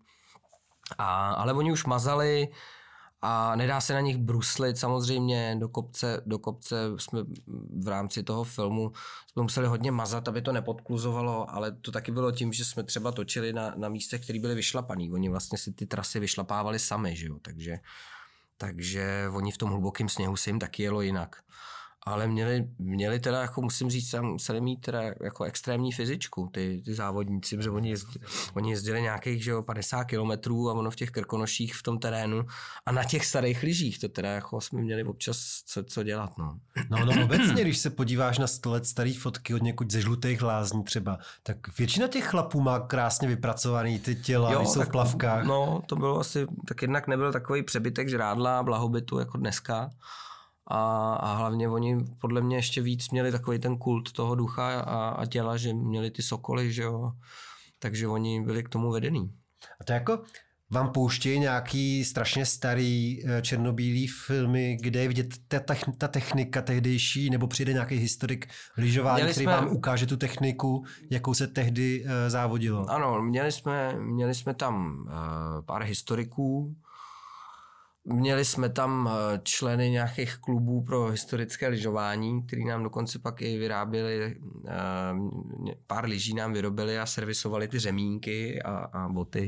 A, ale oni už mazali, a nedá se na nich bruslit samozřejmě, do kopce, do kopce jsme v rámci toho filmu jsme museli hodně mazat, aby to nepodkluzovalo, ale to taky bylo tím, že jsme třeba točili na, na místech, které byly vyšlapaný. Oni vlastně si ty trasy vyšlapávali sami, že jo? Takže, takže oni v tom hlubokém sněhu se jim taky jelo jinak. Ale měli, měli teda, jako musím říct, museli mít teda jako extrémní fyzičku, ty, ty závodníci, protože oni jezdili, oni jezdili nějakých, že jo, padesát kilometrů a ono v těch Krkonoších v tom terénu a na těch starých lyžích, to teda jako jsme měli občas co, co dělat, no. No, no obecně, když se podíváš na sto let starý fotky od někud ze Žlutých lázní třeba, tak většina těch chlapů má krásně vypracovaný ty těla, jo, jsou v plavkách. No, to bylo asi, tak jednak nebyl takový přebytek žrádla, blahobytu jako dneska. A, a hlavně oni podle mě ještě víc měli takový ten kult toho ducha a, a těla, že měli ty sokoly, že jo. Takže oni byli k tomu vedený. A to jako vám pouštějí nějaký strašně starý černobílý filmy, kde je vidět ta, ta technika tehdejší, nebo přijde nějaký historik lyžování, měli který jsme... vám ukáže tu techniku, jakou se tehdy uh, závodilo. Ano, měli jsme, měli jsme tam uh, pár historiků. Měli jsme tam členy nějakých klubů pro historické lyžování, který nám dokonce pak i vyráběli, pár lyží nám vyrobili a servisovali ty řemínky a, a boty.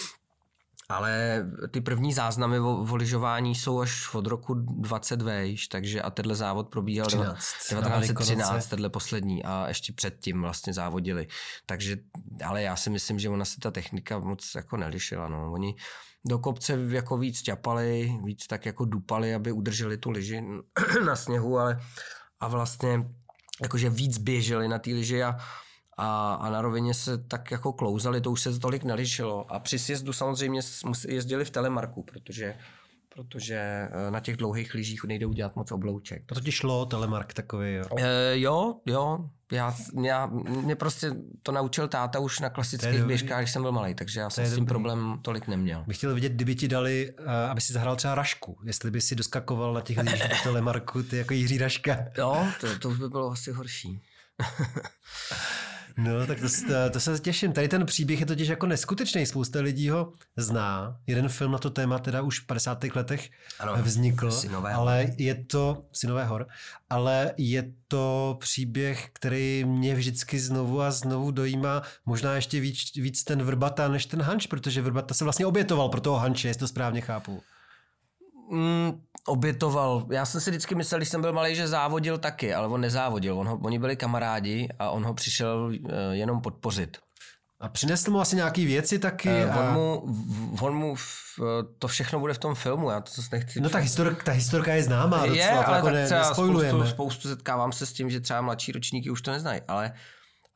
Ale ty první záznamy o, o lyžování jsou až od roku dvacet vejš, takže a tenhle závod probíhal devatenáct set třináct, tenhle poslední a ještě předtím vlastně závodili. Takže, ale já si myslím, že ona se ta technika moc jako nelišila, no. Oni do kopce jako víc ťapali, víc tak jako dupali, aby udrželi tu lyži na sněhu, ale a vlastně jakože víc běželi na té lyži a, a, a na rovině se tak jako klouzali, to už se tolik nelišilo. A při sjezdu samozřejmě jezdili v telemarku, protože protože na těch dlouhých lyžích nejde udělat moc oblouček. To ti šlo, telemark takový, jo? E, jo, jo. Já, já, mě prostě to naučil táta už na klasických běžkách, když jsem byl malej, takže já jsem s tím dobrý. problém tolik neměl. Bych chtěl vidět, kdyby ti dali, aby si zahrál třeba Rašku, jestli by si doskakoval na těch lyžích v telemarku, ty jako Jiří Raška. Jo, to, to už by bylo asi horší. No, tak to, to se těším. Tady ten příběh je totiž jako neskutečný. Spousta lidí ho zná. Jeden film na to téma teda už v padesátých letech ano, vznikl. Synové ale hor. je to Synové hor. Ale je to příběh, který mě vždycky znovu a znovu dojímá. Možná ještě víc, víc ten Vrbata než ten Hanč, protože Vrbata se vlastně obětoval pro toho Hanče, jestli to správně chápu. Mm, obětoval. Já jsem si vždycky myslel, když jsem byl malý, že závodil taky, ale on nezávodil. On ho, oni byli kamarádi a on ho přišel uh, jenom podpořit. A přinesl mu asi nějaký věci taky? Uh, a... On mu, on mu uh, to všechno bude v tom filmu, já to zase nechci... No ta, histor, ta historka je známá je, docela, ale jako tak ne, třeba nespojlujeme. Spoustu, spoustu setkávám se s tím, že třeba mladší ročníky už to neznají, ale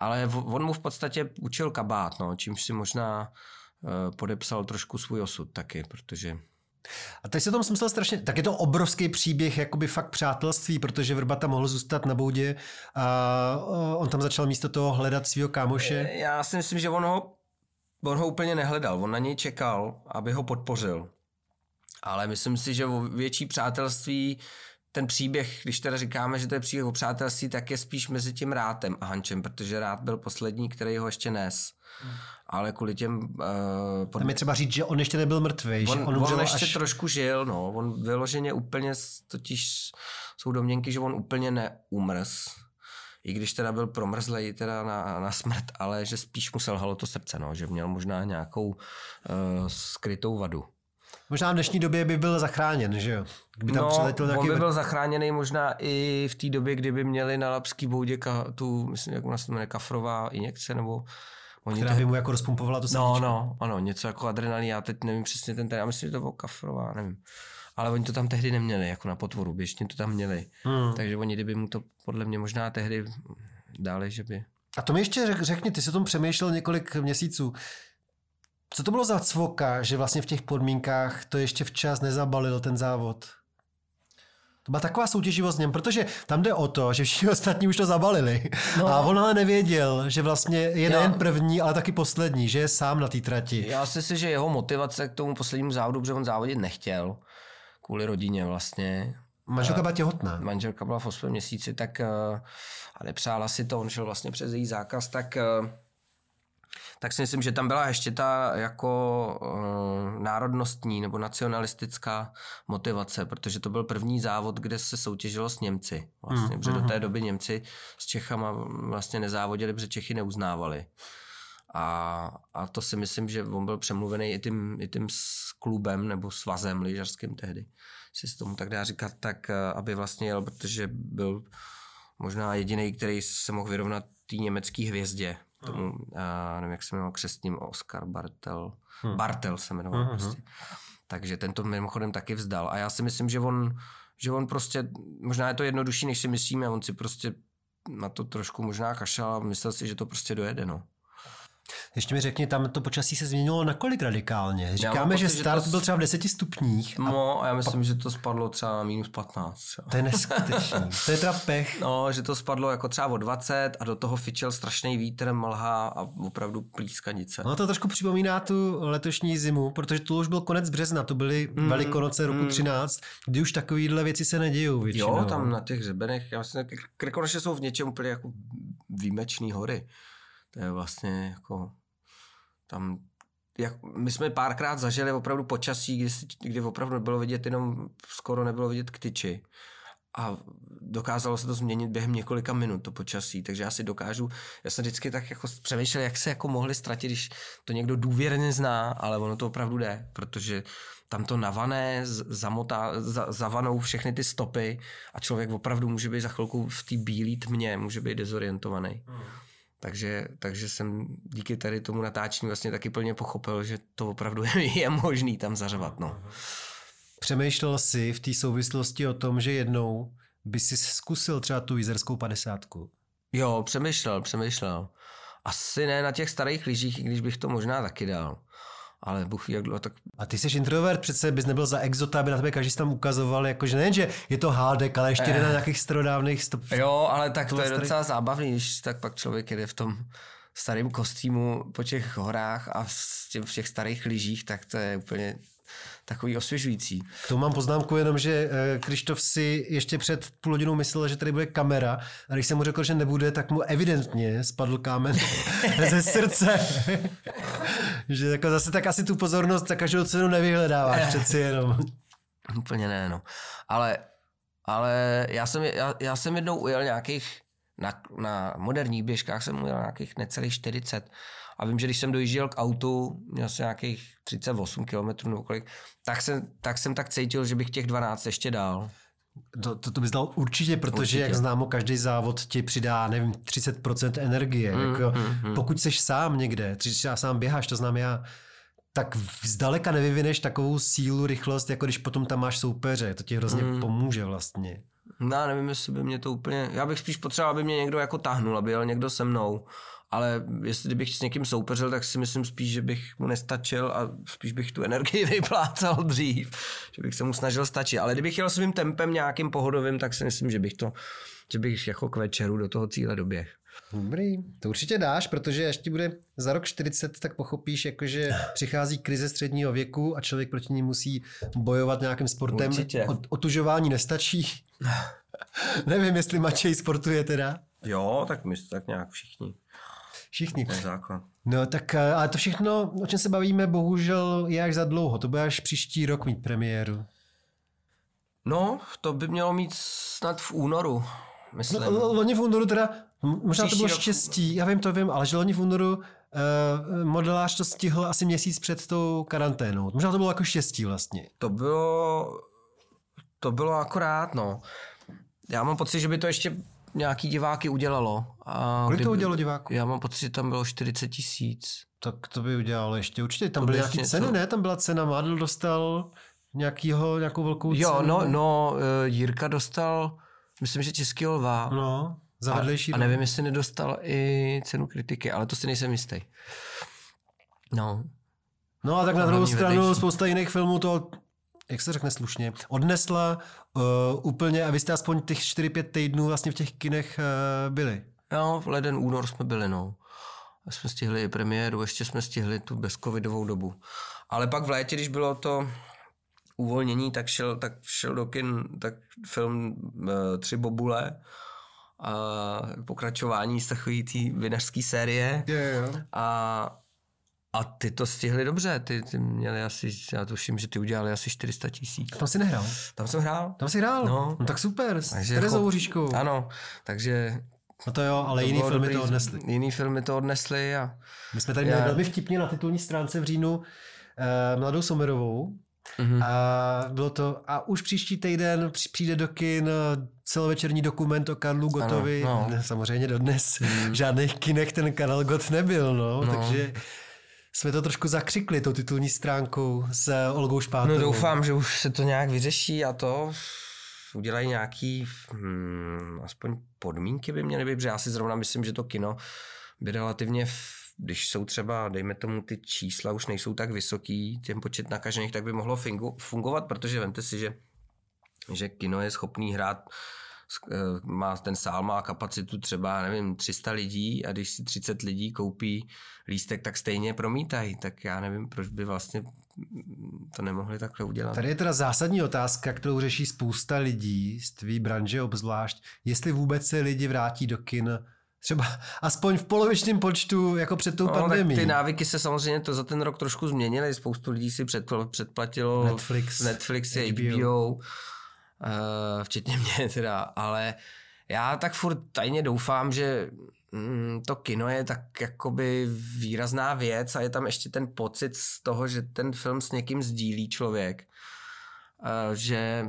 ale on mu v podstatě učil kabát, no, čímž si možná uh, podepsal trošku svůj osud taky, protože... A teď se tom smysl strašně, tak je to obrovský příběh jakoby fakt přátelství, protože Vrba tam mohl zůstat na boudě a on tam začal místo toho hledat svého kámoše. Já si myslím, že on ho, on ho úplně nehledal, on na něj čekal, aby ho podpořil. Ale myslím si, že o větší přátelství, ten příběh, když teda říkáme, že to je příběh o přátelství, tak je spíš mezi tím Rátem a Hančem, protože Rád byl poslední, který ho ještě nes. Hmm. Ale kvůli těm... Uh, pod... Tam je třeba říct, že on ještě nebyl mrtvý. On, že on, on ještě až... trošku žil, no. On vyloženě úplně, totiž jsou domněnky, že on úplně neumrz. I když teda byl promrzlej teda na, na smrt, ale že spíš mu selhalo to srdce, no. Že měl možná nějakou uh, skrytou vadu. Možná v dnešní době by byl zachráněn, že jo? Kdyby tam no, přiletěl nějaký... on by byl zachráněný možná i v té době, kdyby měli na Lapský boudě ka, tu, myslím, jak ona se jmenuje, kafrová injekce, nebo... Oni která by mu jako rozpumpovala to srdíčko. No, no, ano, něco jako adrenalin, já teď nevím přesně ten, ten já myslím, že to bylo kafrová, nevím. Ale oni to tam tehdy neměli, jako na potvoru, běžně to tam měli. Hmm. Takže oni, kdyby mu to podle mě možná tehdy dali, že by... A to mi ještě řek, řekni, ty jsi o tom přemýšlel několik měsíců. Co to bylo za cvoka, že vlastně v těch podmínkách to ještě včas nezabalil ten závod? To byla taková soutěživost s něm, protože tam jde o to, že všichni ostatní už to zabalili. No. A on ale nevěděl, že vlastně je já, nejen první, ale taky poslední, že je sám na té trati. Já si myslím, že jeho motivace k tomu poslednímu závodu, protože on závodit nechtěl, kvůli rodině vlastně. Manželka byla těhotná. Manželka byla v osmém měsíci, tak a nepřála si to, on šel vlastně přes její zákaz, tak... tak si myslím, že tam byla ještě ta jako uh, národnostní nebo nacionalistická motivace, protože to byl první závod, kde se soutěžilo s Němci. Vlastně, mm, protože mm. do té doby Němci s Čechama vlastně nezávodili, protože Čechy neuznávali. A, a to si myslím, že on byl přemluvený i tím, i tím s klubem nebo svazem lyžařským tehdy, si s tomu tak dá říkat, tak aby vlastně jel, protože byl možná jediný, který se mohl vyrovnat té německé hvězdě. Tomu, a nevím, jak se jmenoval křestním, Oskar Bartel. Hmm. Bartel se jmenoval. Hmm. Prostě. Takže tento mimochodem taky vzdal. A já si myslím, že on, že on prostě, možná je to jednodušší, než si myslíme, on si prostě na to trošku možná kašel a myslel si, že to prostě dojede, no. Ještě mi řekni, tam to počasí se změnilo na kolik radikálně? Říkáme, že start že to... byl třeba v deseti stupních. A no a já myslím, pa... že to spadlo třeba na minus patnáct. Třeba. To je neskutečný. To je teda pech. No, že to spadlo jako třeba o dvacet a do toho fičel strašný vítr, mlha a opravdu plískanice. No to trošku připomíná tu letošní zimu, protože to už byl konec března, to byly mm, Velikonoce roku mm. třináct, kdy už takovýhle věci se nedějou většinou. Jo, tam na těch hřebenech, já myslím, Krkonoše jsou v něčem úplně jako výjimečný hory. To je vlastně jako tam, jak, my jsme párkrát zažili opravdu počasí, kdy, kdy opravdu bylo vidět jenom, skoro nebylo vidět k tyči. A dokázalo se to změnit během několika minut, to počasí. Takže já si dokážu, já jsem vždycky tak jako přemýšlel, jak se jako mohli ztratit, když to někdo důvěrně zná, ale ono to opravdu jde, protože tam to navané, zamotá, za, zavanou všechny ty stopy a člověk opravdu může být za chvilku v té bílé tmě, může být dezorientovaný. Hmm. Takže, takže jsem díky tady tomu natáčení vlastně taky plně pochopil, že to opravdu je, je možný tam zařvat. No. Přemýšlel jsi v té souvislosti o tom, že jednou by si zkusil třeba tu jizerskou padesátku? Jo, přemýšlel, přemýšlel. Asi ne na těch starých lyžích, i když bych to možná taky dal. Ale Bůh ví, jak dlouho, tak... A ty jsi introvert, přece bys nebyl za exota, aby na tebe každý tam ukazoval, jakože nejen, že je to hádek, ale ještě jde eh. na nějakých starodávných stop. Jo, ale tak to je starý... docela zábavný, když tak pak člověk jede v tom starém kostýmu po těch horách a v těch starých lyžích, tak to je úplně takový osvěžující. K tomu mám poznámku jenom, že Krištof si ještě před půl hodinou myslel, že tady bude kamera a když jsem mu řekl, že nebude, tak mu evidentně spadl kámen ze srdce. Že jako zase tak asi tu pozornost za každou cenu nevyhledáváš přeci jenom. Úplně ne, no. Ale, ale já, jsem, já, já jsem jednou ujel nějakých, na, na moderních běžkách jsem ujel nějakých necelých čtyřicet. A vím, že když jsem dojížděl k autu, měl jsem nějakých třicet osm kilometrů nebo kolik, tak jsem, tak jsem tak cítil, že bych těch dvacet ještě dal. To, to, to bys dal určitě, protože určitě. Jak známo, každý závod ti přidá, nevím, třicet procent energie. Mm, jako, mm, mm. Pokud seš sám někde, třeba sám běháš, to znám já, tak zdaleka nevyvineš takovou sílu, rychlost, jako když potom tam máš soupeře. To ti hrozně mm. pomůže vlastně. No, já nevím, jestli by mě to úplně... Já bych spíš potřeboval, aby mě někdo jako tahnul, aby jel někdo se mnou. Ale jestli bych s někým soupeřil, tak si myslím spíš, že bych mu nestačil a spíš bych tu energii vyplácal dřív. Že bych se mu snažil stačit. Ale kdybych jel svým tempem nějakým pohodovým, tak si myslím, že bych to... že bych jako k večeru do toho cíle doběh. Dobrý, to určitě dáš, protože až ti bude za rok čtyřicet, tak pochopíš, jakože přichází krize středního věku a člověk proti ní musí bojovat nějakým sportem. O, otužování nestačí. Nevím, jestli Mačej sportuje teda. Jo, tak my tak nějak všichni. Všichni. To je základ. No tak, ale to všechno, o čem se bavíme, bohužel je až za dlouho. To bude až příští rok mít premiéru. No, to by mělo mít snad v únoru, myslím. No, loni v únoru teda, možná to bylo rok... štěstí, já vím, to vím, ale že loni v únoru uh, modelář to stihl asi měsíc před tou karanténou. Možná to bylo jako štěstí vlastně. To bylo, to bylo akorát, no. Já mám pocit, že by to ještě nějaký diváky udělalo. A kolik kdyby, to udělalo diváků? Já mám pocit, že tam bylo čtyřicet tisíc. Tak to by udělalo ještě určitě. Tam to byly nějaké ceny, ne? Tam byla cena, Mádl dostal nějakýho, nějakou velkou jo, cenu. Jo, no, no, Jirka dostal, myslím, že Českýho lva. No, za vedlejší. A, a nevím, jestli nedostal i cenu kritiky, ale to si nejsem jistý. No. No a tak na druhou stranu vedlejší. Spousta jiných filmů to, jak se řekne slušně, odnesla uh, úplně a vy jste aspoň těch čtyři pět týdnů vlastně v těch kinech uh, byli. No, v leden, únor jsme byli, no. Jsme stihli i premiéru, ještě jsme stihli tu bezcovidovou dobu. Ale pak v létě, když bylo to uvolnění, tak šel, tak šel do kin tak film uh, Tři bobule a pokračování z takový té vinařské série. Yeah, yeah. A, a ty to stihli dobře, ty, ty měli asi, já tuším, že ty udělali asi čtyři sta tisíc. Tam jsi nehrál? Tam jsem hrál. Tam jsi hrál? No. No tak super, s Terezou Říškou. Ano, takže... No to jo, ale to jiný filmy dobrý, to odnesli. Jiný filmy to odnesli a... My jsme tady já... měli velmi vtipně na titulní stránce v říjnu eh, Mladou Sommerovou. Mm-hmm. A bylo to, a už příští týden přijde do kin celovečerní dokument o Karlu Gottovi. Ano, no. Samozřejmě dodnes mm. v žádných kinech ten Karel Gott nebyl, no, no. Takže jsme to trošku zakřikli tou titulní stránkou s Olgou Špátovou. No doufám, že už se to nějak vyřeší a to udělají nějaký hmm, aspoň podmínky by měly být, protože já si zrovna myslím, že to kino by relativně, když jsou třeba, dejme tomu, ty čísla už nejsou tak vysoký, ten počet nakažených, tak by mohlo fungovat, protože vemte si, že, že kino je schopný hrát, má, ten sál má kapacitu třeba, nevím, tři sta lidí a když si třicet lidí koupí lístek, tak stejně promítají, tak já nevím, proč by vlastně to nemohli takhle udělat. Tady je teda zásadní otázka, kterou řeší spousta lidí z tvý branže obzvlášť, jestli vůbec se lidi vrátí do kin třeba aspoň v polovičním počtu jako před tou no, pandemií. Ty návyky se samozřejmě to za ten rok trošku změnily, spoustu lidí si předplatilo Netflix, Netflix H B O, uh, včetně mě teda, ale já tak furt tajně doufám, že mm, to kino je tak jakoby výrazná věc a je tam ještě ten pocit z toho, že ten film s někým sdílí člověk, uh, že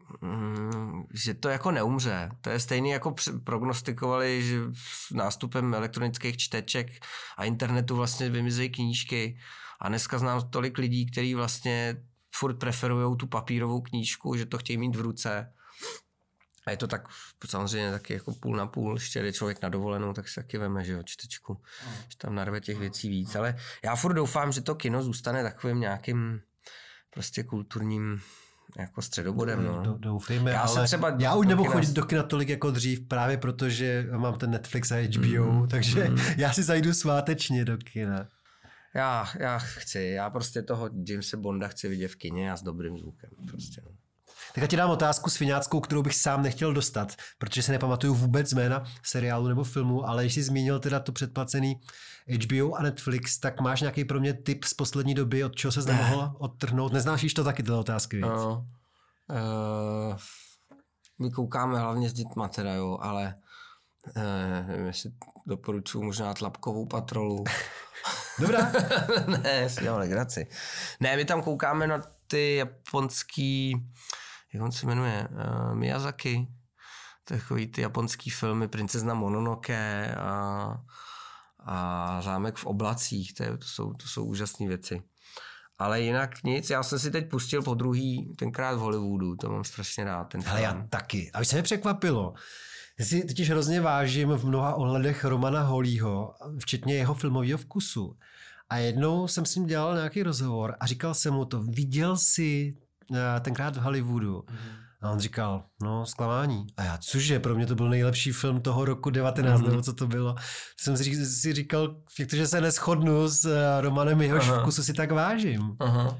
že to jako neumře. To je stejný jako prognostikovali, že s nástupem elektronických čteček a internetu vlastně vymizejí knížky a dneska znám tolik lidí, kteří vlastně furt preferujou tu papírovou knížku, že to chtějí mít v ruce. A je to tak samozřejmě taky jako půl na půl, ještě jde člověk na dovolenou, tak si taky veme, že jo, čtečku, mm. že tam narve těch věcí víc. Ale já furt doufám, že to kino zůstane takovým nějakým prostě kulturním jako středobodem, no. Doufejme, já ale třeba já už nebudu chodit do kina tolik jako dřív, právě protože mám ten Netflix a H B O, mm, takže mm. já si zajdu svátečně do kina. Já, já chci, já prostě toho Jamese Bonda chci vidět v kině a s dobrým zvukem, prostě, no. Tak já ti dám otázku sviňáckou, kterou bych sám nechtěl dostat, protože se nepamatuju vůbec jména seriálu nebo filmu, ale když jsi zmínil teda to předplacený H B O a Netflix, tak máš nějaký pro mě tip z poslední doby, od čeho ses nemohl odtrhnout? Neznáš to taky tyhle otázky, víc? No, uh, my koukáme hlavně s dětma teda, jo, ale uh, nevím, jestli doporučuji možná Tlapkovou patrolu. Dobrá. Ne, si dělám legraci. Ne, my tam koukáme na ty japonský, jak on se jmenuje, uh, Miyazaki, takový ty japonský filmy Princezna Mononoke a, a Zámek v oblacích, to, je, to, jsou, to jsou úžasné věci. Ale jinak nic, já jsem si teď pustil po druhý, tenkrát v Hollywoodu, to mám strašně rád. Ten Ale já taky. A už se mi překvapilo. Já si totiž hrozně vážím v mnoha ohledech Romana Holleyho, včetně jeho filmového vkusu. A jednou jsem s ním dělal nějaký rozhovor a říkal jsem mu to, viděl jsi tenkrát v Hollywoodu. Mm. A on říkal, no zklamání. A já, cože, pro mě to byl nejlepší film toho roku devatenáct, mm. nebo co to bylo. Jsem si říkal, protože se neshodnu s Romanem, jehož Aha. vkusu si tak vážím. Aha.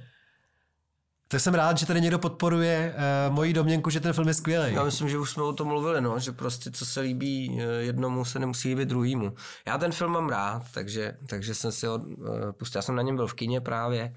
Tak jsem rád, že tady někdo podporuje uh, moji domněnku, že ten film je skvělý. Já myslím, že už jsme o tom mluvili, no, že prostě co se líbí jednomu, se nemusí líbit druhýmu. Já ten film mám rád, takže, takže jsem si ho uh, pustil. Já jsem na něm byl v kině právě,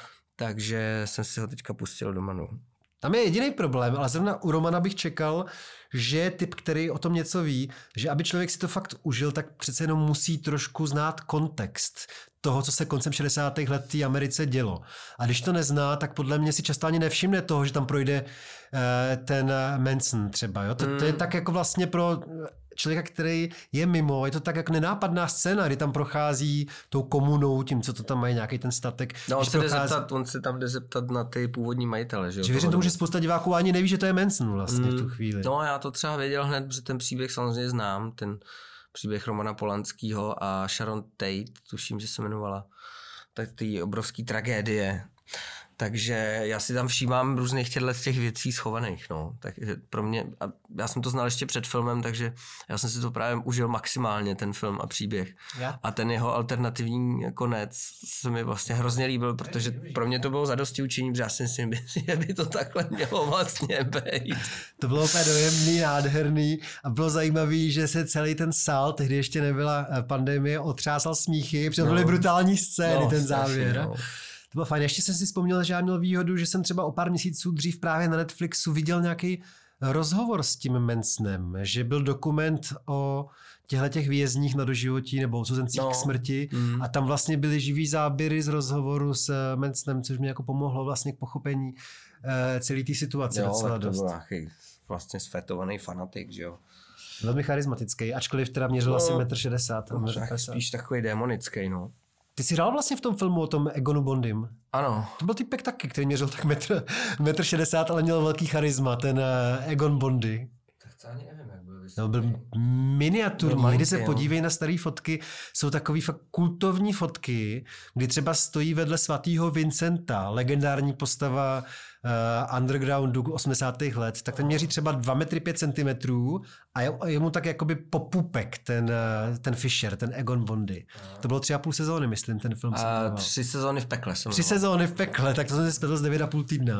takže jsem si ho teďka pustil doma. No. Tam je jediný problém, ale zrovna u Romana bych čekal, že je typ, který o tom něco ví, že aby člověk si to fakt užil, tak přece jenom musí trošku znát kontext toho, co se koncem šedesátých let v té Americe dělo. A když to nezná, tak podle mě si často ani nevšimne toho, že tam projde eh, ten Manson třeba. Jo? To, mm. to je tak jako vlastně pro člověka, který je mimo, je to tak jako nenápadná scéna, kdy tam prochází tou komunou, tím, co to tam mají, nějaký ten statek. No, on se, prochází... zeptat, on se tam jde zeptat na ty původní majitele. Že, že věřím tomu, že spousta diváků ani neví, že to je Manson vlastně mm. v tu chvíli. No, já to třeba věděl hned, protože ten příběh samozřejmě znám, ten příběh Romana Polanského a Sharon Tate, tuším, že se jmenovala, tak ty obrovský tragédie. Takže já si tam všímám různých těchto z těch věcí schovaných, no. Takže pro mě, a já jsem to znal ještě před filmem, takže já jsem si to právě užil maximálně, ten film a příběh. Ja. A ten jeho alternativní konec se mi vlastně hrozně líbil, protože pro mě to bylo zadosti učení, protože já si myslím, že by to takhle mělo vlastně být. To bylo úplně dojemný, nádherný a bylo zajímavý, že se celý ten sál, tehdy ještě nebyla pandemie, otřásal smíchy, protože to byly no. brutální scény, no, ten závěr. No. To bylo fajn. Ještě jsem si vzpomněl, že já měl výhodu, že jsem třeba o pár měsíců dřív právě na Netflixu viděl nějaký rozhovor s tím Mansonem, že byl dokument o těchto vězních na doživotí nebo odsouzencích no. k smrti mm. a tam vlastně byly živý záběry z rozhovoru s Mansonem, což mě jako pomohlo vlastně k pochopení uh, celé té situace. Jo, docela to byl nějaký vlastně sfetovaný fanatik, že jo. Velmi charismatický, ačkoliv teda měřil no, asi metr šedesát. No, tak spíš takový démonický, no. Ty jsi hrál vlastně v tom filmu o tom Egonu Bondim. Ano. To byl typek taky, který měřil tak metr, metr šedesát, ale měl velký charisma, ten uh, Egon Bondy. Tak to ani nevím, jak byl vysvětlený. No, byl miniaturní. Byl Když se podívej na staré fotky, jsou takový fakt kultovní fotky, kdy třeba stojí vedle svatýho Vincenta, legendární postava uh, undergroundu osmdesátých let, tak ten měří třeba dva metry pět centimetrů a je, je mu tak jakoby popupek ten, uh, ten Fisher, ten Egon Bondy. Uh. To bylo tři a půl sezóny, myslím, ten film. Uh, tři sezóny v pekle. Jsem tři mluvil. sezóny v pekle, tak to jsem si spěl z devět a půl týdna.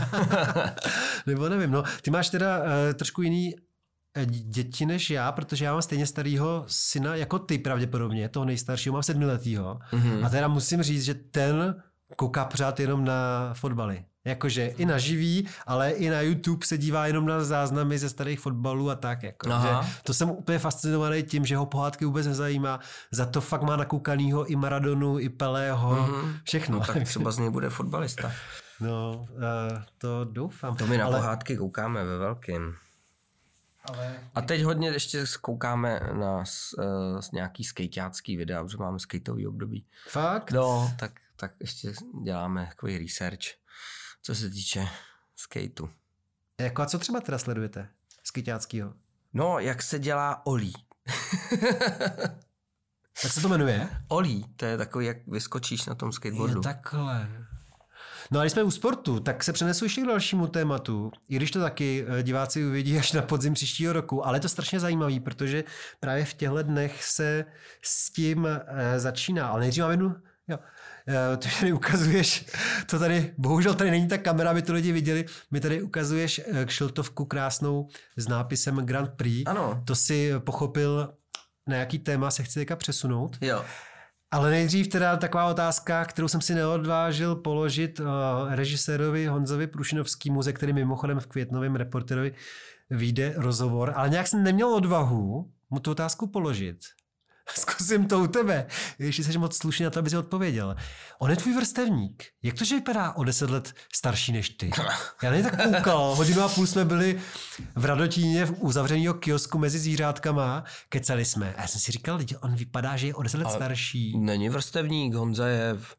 Nebo nevím, no. Ty máš teda uh, trošku jiný děti než já, protože já mám stejně starýho syna jako ty pravděpodobně, toho nejstaršího, mám sedmiletýho. Mm-hmm. A teda musím říct, že ten kouká pořád jenom na fotbaly. Jakože i na živý, ale i na YouTube se dívá jenom na záznamy ze starých fotbalů a tak. Jako. To jsem úplně fascinovaný tím, že ho pohádky vůbec nezajímá. Za to fakt má nakoukanýho i Maradonu, i Pelého, mm-hmm. všechno. No, tak třeba z něj bude fotbalista. No, uh, to doufám. To my na ale... pohádky koukáme ve velkým. Ale... A teď hodně ještě koukáme na uh, nějaký skejťácký videa, protože máme skateový období. Fakt? No, tak, tak ještě děláme takový research, co se týče skateu. Jako a co třeba teda sledujete? Skejťáckýho? No, jak se dělá olí. Jak se to jmenuje? Olí, to je takový, jak vyskočíš na tom skateboardu. Je takhle. No a když jsme u sportu, tak se přenesu ještě k dalšímu tématu, i když to taky diváci uvidí až na podzim příštího roku, ale je to strašně zajímavý, protože právě v těchto dnech se s tím e, začíná, ale nejdřív mám jednu, jo, e, ty tady ukazuješ, to tady, bohužel tady není ta kamera, aby to lidi viděli, mi tady ukazuješ e, kšiltovku krásnou s nápisem Grand Prix, ano. To si pochopil, na jaký téma se chci teďka přesunout. Jo. Ale nejdřív teda taková otázka, kterou jsem si neodvážil položit uh, režisérovi Honzovi Prušinovskému, ze kterým mimochodem v květnovém Reporterovi vyjde rozhovor, ale nějak jsem neměl odvahu mu tu otázku položit. Zkusím to u tebe, když jsi moc slušný na to, aby si odpověděl. On je tvůj vrstevník. Jak to, že vypadá o deset let starší než ty? Já nejde tak koukal. Hodinu a půl jsme byli v Radotíně v uzavřenýho kiosku mezi zvířátkama. Kecali jsme. A já jsem si říkal, on vypadá, že je o deset let ale starší. Není vrstevník. Honza je v,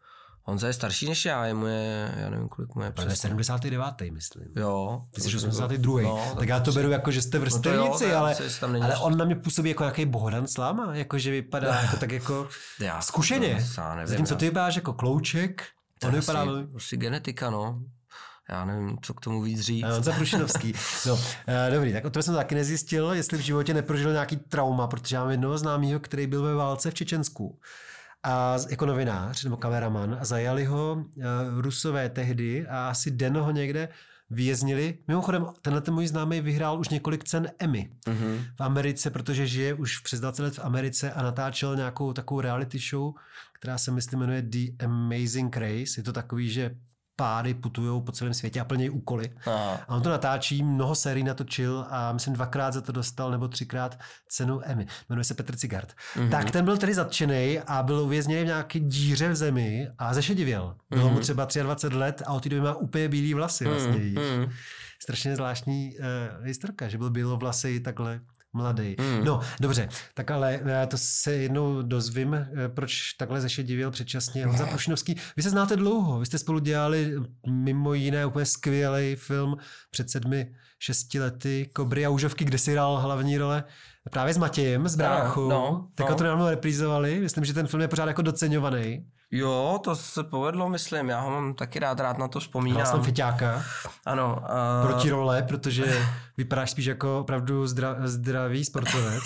Honza je starší než já, je moje, já nevím, kolik mu je přesně. sedmdesátý devátý myslím. Jo. Ty jsi osmdesátý druhý No, tak já to beru jako, že jste vrstevníci, no jo, ale, ale on na mě působí jako nějaký Bohdan Sláma, jako že vypadá jako tak jako já, zkušeně. Zatímco ty vypadáš jako Klouček, on vypadá... Asi, asi genetika, no. Já nevím, co k tomu víc říct. Honza Prušinovský. No, dobrý, tak o tom jsem taky nezjistil, jestli v životě neprožil nějaký trauma, protože mám jednoho známého, který byl ve válce v Čečensku. A jako novinář nebo kameraman a zajali ho uh, Rusové tehdy a asi den ho někde věznili. Mimochodem, tenhle ten můj známý vyhrál už několik cen Emmy mm-hmm. v Americe, protože žije už přes dvacet let v Americe a natáčel nějakou takovou reality show, která se myslím jmenuje The Amazing Race. Je to takový, že páry putujou po celém světě a plnějí úkoly. Aha. A on to natáčí, mnoho sérií natočil a myslím dvakrát za to dostal nebo třikrát cenu Emmy. Jmenuje se Petr Cigart. Mm-hmm. Tak ten byl tedy zatčený a byl uvězněný v nějaké díře v zemi a zešedivěl. Bylo mm-hmm. mu třeba dvacet tři let a od té doby má úplně bílý vlasy vlastně. Mm-hmm. Strašně zvláštní uh, historka, že byl bílovlasej takhle mladý. Mm. No, dobře, tak ale to se jednou dozvím, proč takhle zešedivěl předčasně Honza Prušinovský. Vy se znáte dlouho, vy jste spolu dělali mimo jiné úplně skvělý film před sedmi, šesti lety, Kobry a Užovky, kde si hrál hlavní role právě s Matějem, s bráchou. No, tak no. to nám reprízovali, myslím, že ten film je pořád jako doceňovaný. Jo, to se povedlo, myslím, já ho mám taky rád, rád na to vzpomínám. Hrál jsem Feťáka. Ano. Uh... Proti role, protože vypadáš spíš jako opravdu zdra, zdravý sportovec.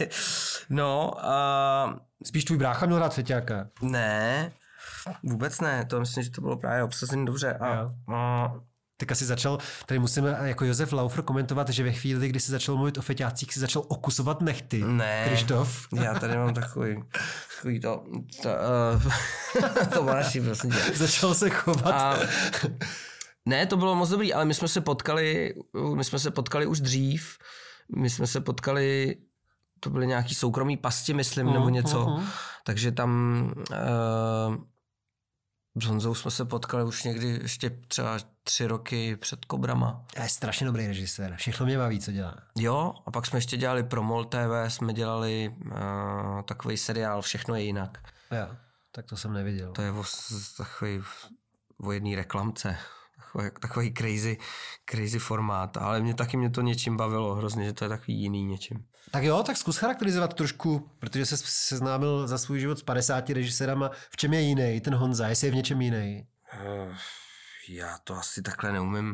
no. Uh... Spíš tvůj brácha měl rád Feťáka. Ne, vůbec ne, to myslím, že to bylo právě obsazený dobře. A, uh... Tak asi začal, tady musíme jako Josef Laufer komentovat, že ve chvíli, kdy si začal mluvit o feťácích, si začal okusovat nechty. Ne, Krištof. Já tady mám takový, takový to, to, uh, to máš, prosím tě. Začal se chovat. A, ne, to bylo moc dobrý, ale my jsme se potkali, my jsme se potkali už dřív, my jsme se potkali, to byly nějaký soukromý pasti, myslím, uh, nebo něco, uh, uh. takže tam... Uh, S Honzou jsme se potkali už někdy ještě třeba tři roky před Kobrama. Je strašně dobrý režisér, všechno mě baví, co dělá. Jo, a pak jsme ještě dělali pro MOL T V, jsme dělali uh, takový seriál Všechno je jinak. Jo, tak to jsem neviděl. To je o, takový o jedný reklamce, takový, takový crazy, crazy formát, ale mě taky mě to něčím bavilo hrozně, že to je takový jiný něčím. Tak jo, tak zkus charakterizovat trošku, protože se seznámil za svůj život s padesáti režisérama. V čem je jiný ten Honza, jestli je v něčem jiný? Uh, já to asi takhle neumím.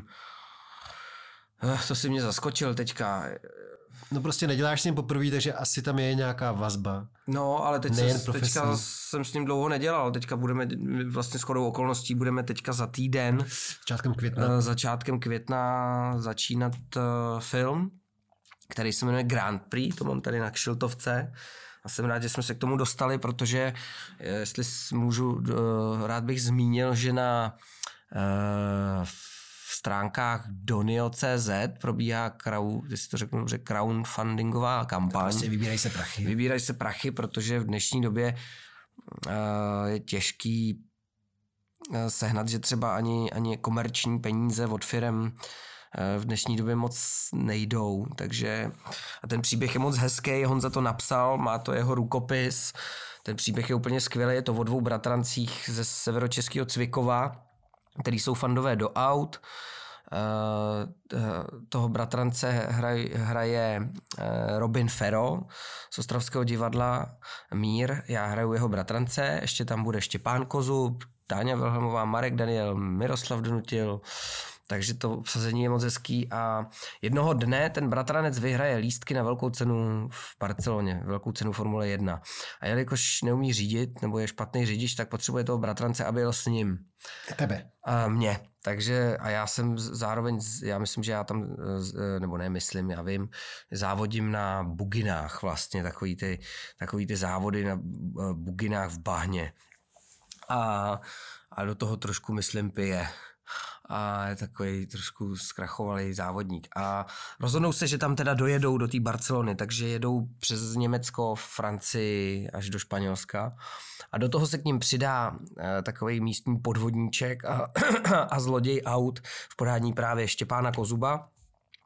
Uh, to si mě zaskočil teďka. No prostě neděláš s ním poprvé, takže asi tam je nějaká vazba. No, ale teď se, teďka jsem s ním dlouho nedělal. Teďka budeme, vlastně shodou okolností, budeme teďka za týden. Začátkem května. Uh, začátkem května začínat uh, film, který se jmenuje Grand Prix, to mám tady na kšiltovce. A jsem rád, že jsme se k tomu dostali, protože jestli můžu, rád bych zmínil, že na uh, stránkách donio tečka cé zet probíhá crowd, jestli to řeknu dobře, crowdfundingová kampaň. Vlastně vybírají se prachy. Vybírají se prachy, protože v dnešní době uh, je těžký sehnat, že třeba ani, ani komerční peníze od firem v dnešní době moc nejdou, takže a ten příběh je moc hezký, Honza to napsal, má to jeho rukopis, ten příběh je úplně skvělý, je to o dvou bratrancích ze severočeského Cvikova, který jsou fandové do aut. Toho bratrance hraje, hraje Robin Ferro z ostravského divadla Mír, já hraju jeho bratrance, ještě tam bude Štěpán Kozub, Táňa Vilhelmová, Marek Daniel, Miroslav Donutil. Takže to obsazení je moc hezký a jednoho dne ten bratranec vyhraje lístky na velkou cenu v Barceloně, velkou cenu Formule jedna. A jelikož neumí řídit, nebo je špatný řidič, tak potřebuje toho bratrance, aby jel s ním. Tebe. A mě. Takže a já jsem zároveň, já myslím, že já tam, nebo ne myslím, já vím, závodím na buginách vlastně, takový ty, takový ty závody na buginách v bahně. A, a do toho trošku, myslím, pije. A je takový trošku zkrachovalý závodník. A rozhodnou se, že tam teda dojedou do té Barcelony, takže jedou přes Německo, Francii až do Španělska. A do toho se k ním přidá e, takový místní podvodníček a, a zloděj aut v podání právě Štěpána Kozuba.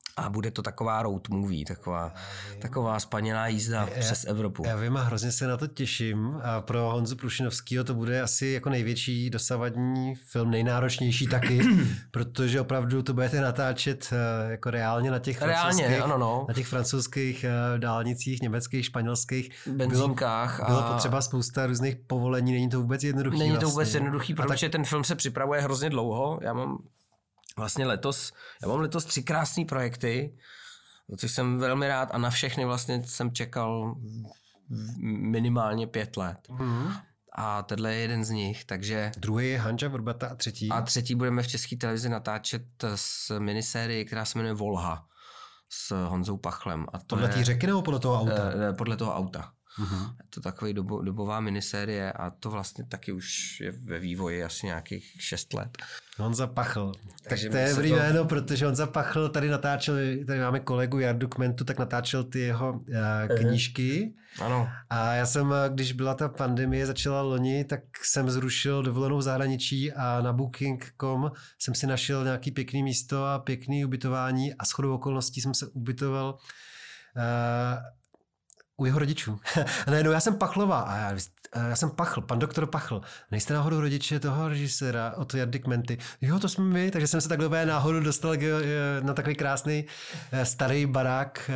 A bude to taková road movie, taková, taková spanělá jízda já, přes Evropu. Já vím a hrozně se na to těším. A pro Honzu Prušinovského to bude asi jako největší dosavadní film, nejnáročnější taky, protože opravdu to budete natáčet jako reálně na těch reálně, francouzských, ano, no. na těch francouzských dálnicích, německých, španělských. Benzínkách. Bylo, bylo potřeba spousta různých povolení, není to vůbec jednoduchý. Není to vlastně. vůbec jednoduchý, protože tak... ten film se připravuje hrozně dlouho. Já mám Vlastně letos, já mám letos tři krásné projekty, což jsem velmi rád a na všechny vlastně jsem čekal minimálně pět let. Mm. A tenhle je jeden z nich, takže... Druhý je Hanža Vrbata a třetí? A třetí budeme v České televizi natáčet s minisérii, která se jmenuje Volha s Honzou Pachlem. A to podle té řeky nebo podle toho auta? Eh, podle toho auta. Mm-hmm. Je to takový dobo, dobová minisérie a to vlastně taky už je ve vývoji asi nějakých šest let. Honza Pachl. Tak to je dobrý jméno, to... protože Honza Pachl tady natáčel, tady máme kolegu Jardu Kmentu, tak natáčel ty jeho uh, knížky. Ano. A já jsem, když byla ta pandemie, začala loni, tak jsem zrušil dovolenou v zahraničí a na booking tečka com jsem si našel nějaký pěkný místo a pěkný ubytování a shodou okolností jsem se ubytoval uh, u jeho rodičů. A najednou já jsem Pachlová a já, já jsem Pachl, pan doktor Pachl. Nejste náhodou rodiče toho režiséra od Jardy Kmenty? Jo, to jsme my, takže jsem se takhle náhodou dostal na takový krásný starý barák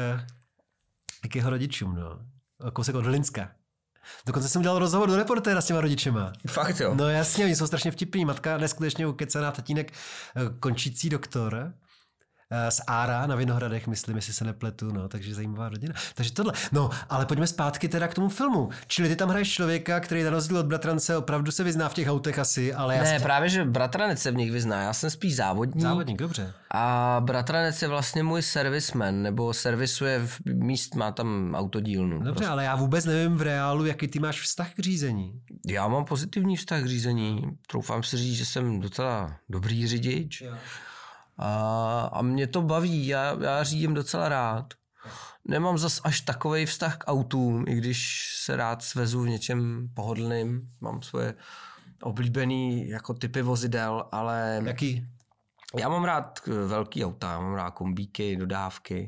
k jeho rodičům, no. Kousek od Hlinska. Dokonce jsem dělal rozhovor do Reportéra s těma rodičema. Fakt jo? No jasně, oni jsou strašně vtipní. Matka neskutečně ukecaná, tatínek končící doktor. Z Ára na Vinohradech, myslím, jestli se nepletu, no, takže zajímavá rodina. Takže tohle. No, ale pojďme zpátky teda k tomu filmu. Čili ty tam hraješ člověka, který na rozdíl od bratrance opravdu se vyzná v těch autech asi, ale Ne, jasně... právě, že bratranec se v nich vyzná, já jsem spíš závodník. Závodník, dobře. A bratranec je vlastně můj servisman, nebo servisuje v míst, má tam autodílnu. Dobře, prostě. Ale já vůbec nevím v reálu, jaký ty máš vztah k řízení. Já mám pozitivní vztah k řízení. Troufám si říct, že jsem docela dobrý řidič. Jo. A, a mě to baví, já, já řídím docela rád. Nemám zas až takovej vztah k autům, i když se rád svezu v něčem pohodlným. Mám svoje oblíbený jako typy vozidel, ale... Jaký? Já mám rád velký auta, mám rád kombíky, dodávky.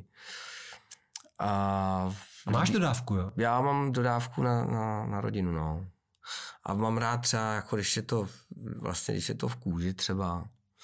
A, a máš dodávku, jo? Já mám dodávku na, na, na rodinu, no. A mám rád třeba, jako když je to, vlastně když je to v kůži třeba,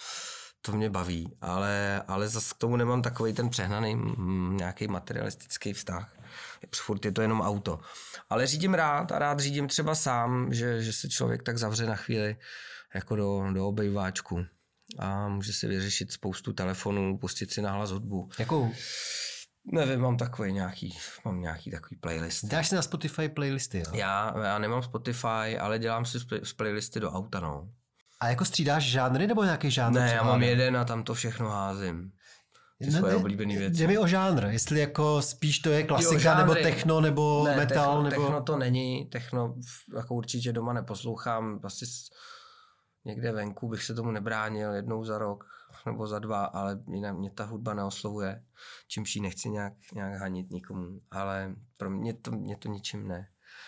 to mě baví, ale, ale zase k tomu nemám takový ten přehnaný mm, nějaký materialistický vztah. Furt je to jenom auto. Ale řídím rád a rád řídím třeba sám, že, že se člověk tak zavře na chvíli jako do, do obejváčku a může si vyřešit spoustu telefonů, pustit si nahlas hudbu. Jakou? Nevím, mám takový nějaký, mám nějaký takový playlist. Dáš si na Spotify playlisty, jo? Já, já nemám Spotify, ale dělám si z playlisty do auta, no. A jako střídáš žánry nebo nějaký žánr? Ne, já mám jeden a tam to všechno házím. Ty ne, svoje oblíbený věci. Jde mi o žánr, jestli jako spíš to je klasika, nebo techno, nebo ne, metal, techno, nebo... techno to není, techno jako určitě doma neposlouchám, asi někde venku bych se tomu nebránil jednou za rok nebo za dva, ale jinak mě ta hudba neoslovuje, čímž ji nechci nějak, nějak hanit nikomu, ale pro mě to, mě to ničím ne,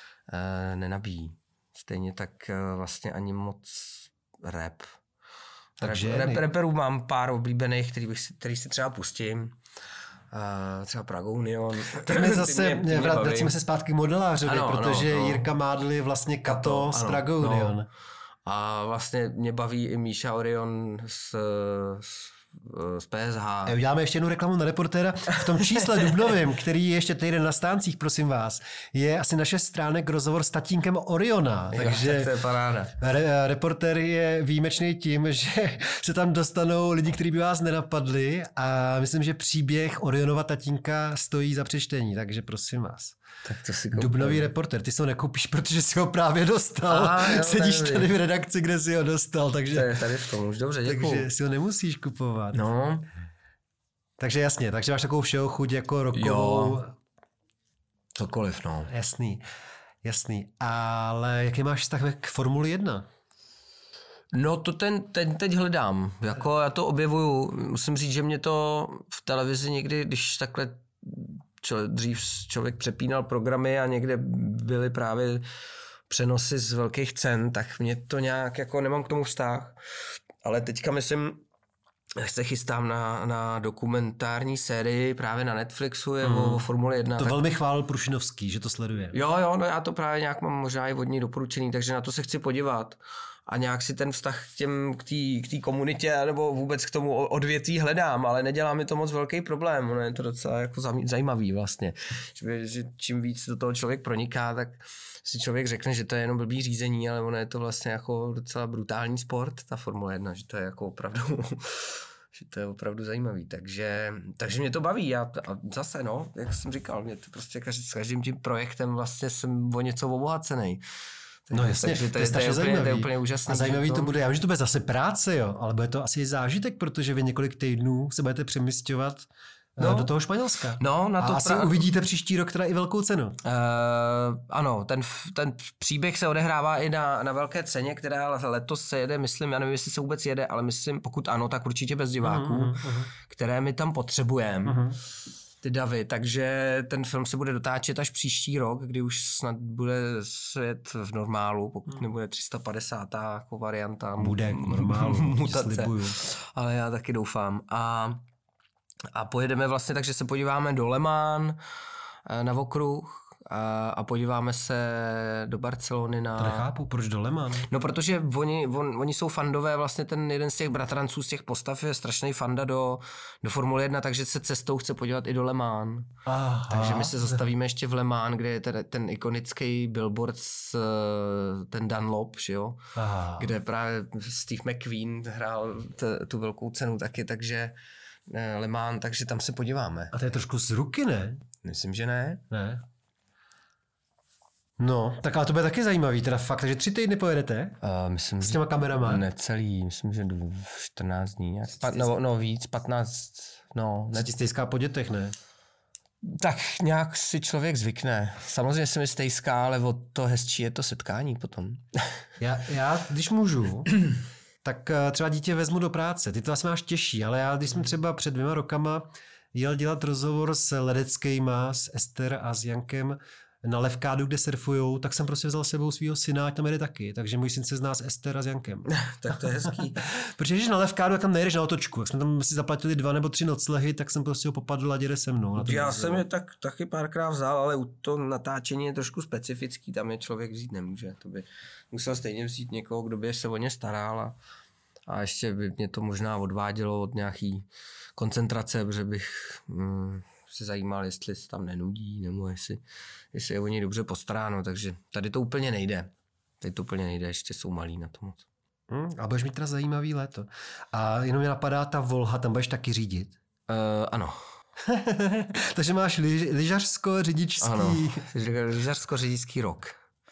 e, nenabíjí. Stejně tak e, vlastně ani moc rap. Takže rap, raperů mám pár oblíbených, který, bych si, který si třeba pustím. Uh, třeba Pragonion. Tak my zase mě, mě vracíme se zpátky k modelářovi, ano, protože ano, Jirka Mádl je vlastně Kato z Pragonion. No. A vlastně mě baví i Míša Orion z, z z P S H. Uděláme ještě jednu reklamu na Reportéra. V tom čísle dubnovém, který je ještě týden na stáncích, prosím vás, je asi na šest stránek rozhovor s tatínkem Oriona. Takže jo, tak to je paráda. Re- Reportér je výjimečný tím, že se tam dostanou lidi, kteří by vás nenapadli a myslím, že příběh Orionova tatínka stojí za přečtení, takže prosím vás. Tak to si Dubnový Reportér, ty si ho nekoupíš, protože si ho právě dostal. Aha, jo, sedíš tady, tady v redakci, kde si ho dostal, takže... Tady, tady v tom už, dobře, děkuju. Takže si ho nemusíš kupovat. No. Takže jasně, takže máš takovou všeho chuť jako rockovou. Jo. Cokoliv, no. Jasný, jasný. Ale jaký máš vztah k Formuli jedna? No to ten, ten teď hledám. Jako já to objevuju. Musím říct, že mě to v televizi někdy, když takhle Čo, dřív člověk přepínal programy a někde byly právě přenosy z velkých cen, tak mě to nějak jako nemám k tomu vztah. Ale teďka myslím, se chystám na, na dokumentární sérii právě na Netflixu je mm. o, o Formule jedna. To tak... velmi chválil Prušinovský, že to sleduje. Jo, jo, no já to právě nějak mám možná i od ní doporučený, takže na to se chci podívat. A nějak si ten vztah k těm, k té k té komunitě nebo vůbec k tomu odvětví hledám, ale nedělá mi to moc velký problém. Ono je to docela jako zajímavý vlastně. Že, že čím víc do toho člověk proniká, tak si člověk řekne, že to je jenom blbý řízení, ale ono je to vlastně jako docela brutální sport, ta Formule jedna, že to je jako opravdu... že to je opravdu zajímavý, takže, takže mě to baví já, a zase no, jak jsem říkal, mě to prostě každý, s každým tím projektem vlastně jsem o něco obohacený. No jasně, takže to, to je strašně úplně, zajímavý. To je úplně úžasný. A zajímavý to... to bude, já vím, že to bude zase práce, jo, ale bude to asi i zážitek, protože vy několik týdnů se budete přemysťovat no, do toho Španělska. No, na to a asi pra... uvidíte příští rok teda i velkou cenu. Uh, ano, ten, ten příběh se odehrává i na, na velké ceně, která letos se jede, myslím, já nevím, jestli se vůbec jede, ale myslím, pokud ano, tak určitě bez diváků, uh-huh, uh-huh. které my tam potřebujeme. Uh-huh. Ty davy, takže ten film se bude dotáčet až příští rok, kdy už snad bude svět v normálu, pokud nebude tři sta padesát jako varianta. Bude v normálu, mutace. Ale já taky doufám. A, a pojedeme vlastně, takže se podíváme do Le Mans na okruh a, a podíváme se do Barcelony na... To nechápu, proč do Le Mans? No, protože oni, on, oni jsou fandové, vlastně ten jeden z těch bratranců z těch postav je strašný fanda do, do Formule jedna, takže se cestou chce podívat i do Le Mans. Aha. Takže my se zastavíme ještě v Le Mans, kde je ten, ten ikonický billboard s ten Dunlop, že jo? Aha. Kde právě Steve McQueen hrál t, tu velkou cenu taky, takže Le Mans, takže tam se podíváme. A to je trošku z ruky, ne? Myslím, že ne. Ne. No, tak ale to bude taky zajímavý, teda fakt, takže tři týdny pojedete uh, myslím, s těma kamerama? Necelý, myslím, že čtrnáct dní, nějak, pa, no, no víc, patnáct, no. Ne... stejská po dětech, ne? Tak nějak si člověk zvykne. Samozřejmě se mi stejská, ale o to hezčí je to setkání potom. já, já, když můžu, tak třeba dítě vezmu do práce, ty to asi máš těžší, ale já, když jsem třeba před dvěma rokama jel dělat rozhovor s Ledeckejma, s Ester a s Jankem, na Levkádu, kde surfujou, tak jsem prostě vzal s sebou svýho syna, ať tam jede taky. Takže můj syn se zná s Ester a s Jankem. Tak to je hezký. Protože když na Levkádu, tak tam nejedeš na otočku. Jak jsme tam si zaplatili dva nebo tři noclehy, tak jsem prostě ho popadl a jede se mnou. Já jsem je tak, taky párkrát vzal, ale u to natáčení je trošku specifický, tam je člověk vzít nemůže. To by musel stejně vzít někoho, kdo by se o ně staral a, a ještě by mě to možná odvádělo od nějaký koncentrace, protože bych... Mm, se zajímal, jestli se tam nenudí, nebo jestli, jestli je o něj dobře postaráno, takže tady to úplně nejde. Tady to úplně nejde, ještě jsou malí na to moc. Hmm, a budeš mít teda zajímavý léto. A jenom mě napadá ta Volha, tam budeš taky řídit? Uh, ano. Takže máš lyž, lyžařsko-řidičský... Ano, lyžařsko-řidičský rok.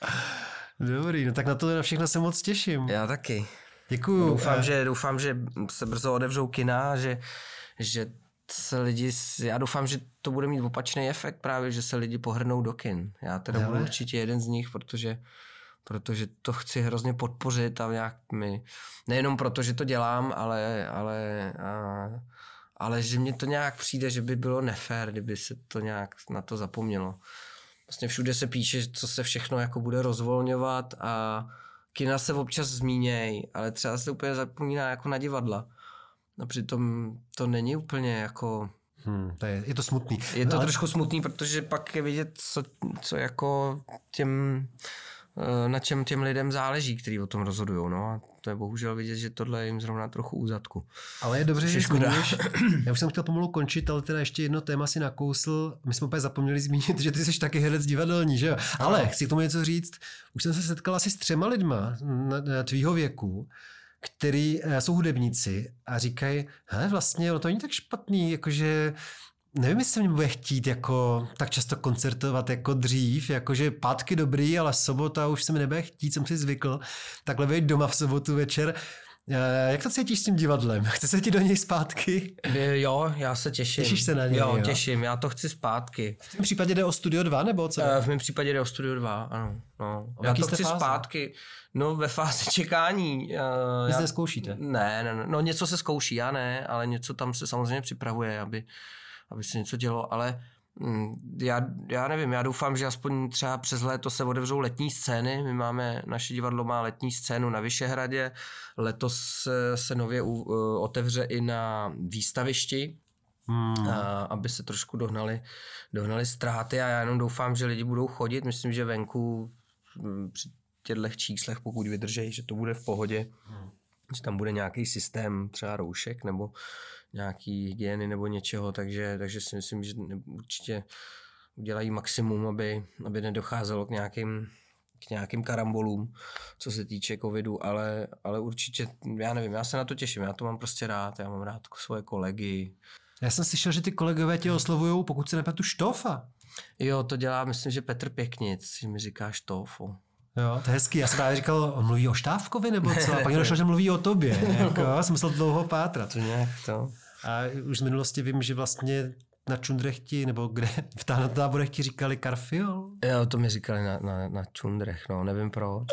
Dobrý, no tak na to na všechno se moc těším. Já taky. Děkuju. Doufám, a... že, doufám že se brzo otevřou kina, že, že se lidi, já doufám, že to bude mít opačný efekt právě, že se lidi pohrnou do kin. Já teda budu určitě jeden z nich, protože, protože to chci hrozně podpořit a nějak mi, nejenom proto, že to dělám, ale, ale, a, ale že mně to nějak přijde, že by bylo nefér, kdyby se to nějak na to zapomnělo. Vlastně všude se píše, co se všechno jako bude rozvolňovat a kina se občas zmíněj, ale třeba se úplně zapomíná jako na divadla. A přitom to není úplně jako... Hmm, to je, je to smutný. Je to no, trošku smutný, protože pak je vidět, co, co jako těm, na čem těm lidem záleží, kteří o tom rozhodujou. No. A to je bohužel vidět, že tohle je jim zrovna trochu u zadku. Ale je dobře, že zmiňuješ. Já už jsem chtěl pomalu končit, ale teda ještě jedno téma si nakousl. My jsme úplně zapomněli zmínit, že ty jsi taky herec divadelní, že jo? Ale chci k tomu něco říct. Už jsem se setkal asi s třema lidma na, na tvýho věku, který jsou hudebníci a říkají, hele, vlastně, ono to není tak špatný, jakože nevím, jestli mě bude chtít jako tak často koncertovat jako dřív, jakože pátky dobrý, ale sobota už se mi nebude chtít, jsem si zvykl, takhle být doma v sobotu večer. Jak to cítíš s tím divadlem? Chce se ti do něj zpátky? Jo, já se těším. Těšíš se na něj? Jo, jo, těším, já to chci zpátky. V tom případě jde o Studio dva, nebo co? V mém případě jde o Studio dva, ano. No. Já to chci fáze? Zpátky. No ve fázi čekání. Vy já... se zkoušíte? Ne, ne, ne, no něco se zkouší, já ne, ale něco tam se samozřejmě připravuje, aby, aby se něco dělo, ale Já, já nevím, já doufám, že aspoň třeba přes léto se otevřou letní scény. My máme, naše divadlo má letní scénu na Vyšehradě. Letos se nově u, otevře i na výstavišti, hmm. a, aby se trošku dohnali, dohnali ztráty a já jenom doufám, že lidi budou chodit. Myslím, že venku při těchto číslech, pokud vydrží, že to bude v pohodě. Hmm. Že tam bude nějaký systém třeba roušek nebo nějaký hygieny nebo něčeho, takže, takže si myslím, že určitě udělají maximum, aby, aby nedocházelo k nějakým, k nějakým karambolům, co se týče covidu, ale, ale určitě, já nevím, já se na to těším, já to mám prostě rád, já mám rád svoje kolegy. Já jsem slyšel, že ty kolegové tě oslovujou, pokud se nepletu, Štofa. Jo, to dělá, myslím, že Petr Pěknic, že mi říká Štofo. Jo, to je hezký. Já jsem právě říkal, on mluví o Štávkovi nebo co? A pak mi došlo, že mluví o tobě. Jako, jsem musel dlouho pátrat. To nějak to. A už z minulosti vím, že vlastně na Čundrechti, nebo kde, v táborech ti říkali Karfiol? Jo, to mi říkali na, na, na Čundrech, no, nevím proč.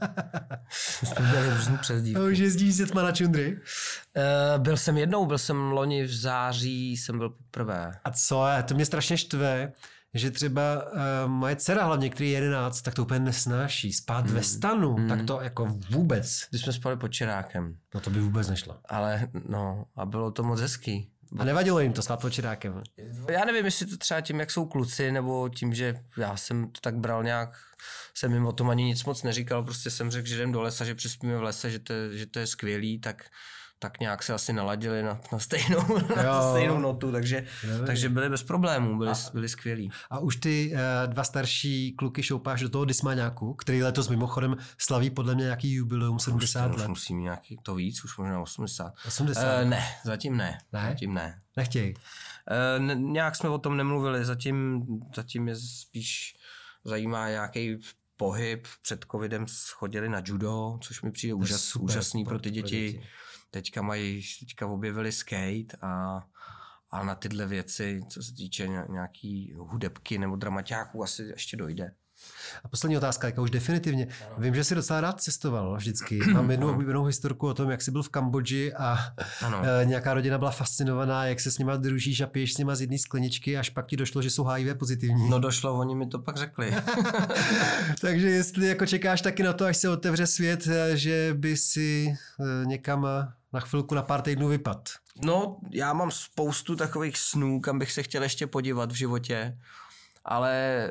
Jsme měli různý přezdívky. A už jezdíš s dětma na Čundry? Uh, byl jsem jednou, byl jsem loni v září, jsem byl poprvé. A co, to mě strašně štve, že třeba uh, moje dcera, hlavně, který je jedenáct, tak to úplně nesnáší. Spát hmm. ve stanu, hmm. tak to jako vůbec. Když jsme spali pod čerákem. No to by vůbec nešlo. Ale no, a bylo to moc hezký. A nevadilo jim to spát pod čerákem? Já nevím, jestli to třeba tím, jak jsou kluci, nebo tím, že já jsem to tak bral nějak, jsem jim o tom ani nic moc neříkal, prostě jsem řekl, že jdem do lesa, že přespíme v lese, že to, že to je skvělý, tak tak nějak se asi naladili na, na, stejnou, na stejnou notu, takže, takže byli bez problémů, byli, a, byli skvělí. A už ty uh, dva starší kluky šoupáš do toho Dismaňáku, který letos mimochodem slaví podle mě nějaký jubileum sedmdesát let. Už musím nějaký, to víc, už možná osmdesát. osmdesát? Uh, ne, zatím ne. Ne? Zatím ne. Nechtějí? Uh, ne, nějak jsme o tom nemluvili, zatím, zatím je spíš zajímá nějaký pohyb. Před covidem chodili na judo, což mi přijde úžas, super, úžasný pro ty děti. děti. Teďka mají, teďka objevili skate a, a na tyhle věci, co se týče nějaký hudebky nebo dramaťáků, asi ještě dojde. A poslední otázka, jaká už definitivně. Ano. Vím, že jsi docela rád cestoval vždycky. Mám jednu oblíbenou historku o tom, jak jsi byl v Kambodži a ano. nějaká rodina byla fascinovaná, jak se s nima družíš a piješ s nima z jedné skleničky, až pak ti došlo, že jsou H I V pozitivní. No došlo, oni mi to pak řekli. Takže jestli jako čekáš taky na to, až se otevře svět, že by si někam na chvilku, na pár týdnů vypad. No, já mám spoustu takových snů, kam bych se chtěl ještě podívat v životě, ale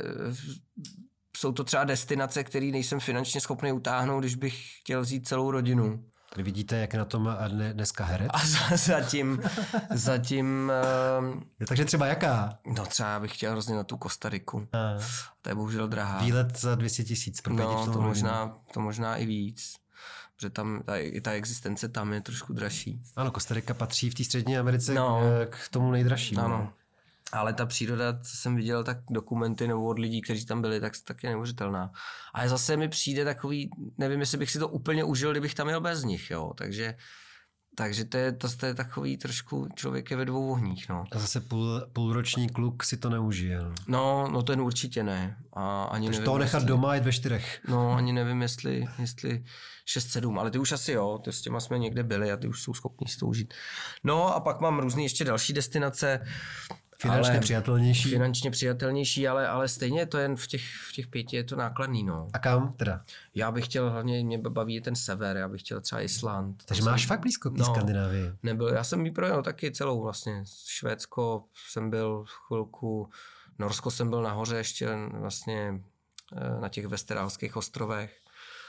jsou to třeba destinace, které nejsem finančně schopný utáhnout, když bych chtěl vzít celou rodinu. Vy vidíte, jak na tom dneska herec? A zatím... zatím uh, Takže třeba jaká? No třeba bych chtěl hrozně na tu Kostariku. A. To je bohužel drahá. Výlet za dvě stě tisíc pro No, to možná, to možná i víc. Protože tam ta, i ta existence tam je trošku dražší. Ano, Kostarika patří v té Střední Americe no. k tomu nejdražšímu. Ano. Ale ta příroda, co jsem viděl, tak dokumenty nebo od lidí, kteří tam byli, tak, tak je neuvěřitelná. Ale zase mi přijde takový, nevím, jestli bych si to úplně užil, kdybych tam jel bez nich, jo. Takže, takže to, je, to, to je takový trošku, člověk je ve dvou ohních, no. A zase půl, půlroční kluk si to neužije. No, no, no ten určitě ne. A ani takže nevím, toho nechat jestli, doma jít ve čtyřech. No, ani nevím, jestli, jestli šest sedm, ale ty už asi jo, ty s těma jsme někde byli a ty už jsou schopní si to užít. No a pak mám různý ještě další destinace, Finančně ale přijatelnější. Finančně přijatelnější, ale, ale stejně to jen v těch, v těch pěti je to nákladný, no. A kam teda? Já bych chtěl, hlavně mě baví ten sever, já bych chtěl třeba Island. Takže máš jsem, fakt blízko k té no, Skandinávii. Nebyl, já jsem ji projel taky celou vlastně. Švédsko jsem byl chvilku, Norsko jsem byl nahoře ještě vlastně na těch Vesterálských ostrovech,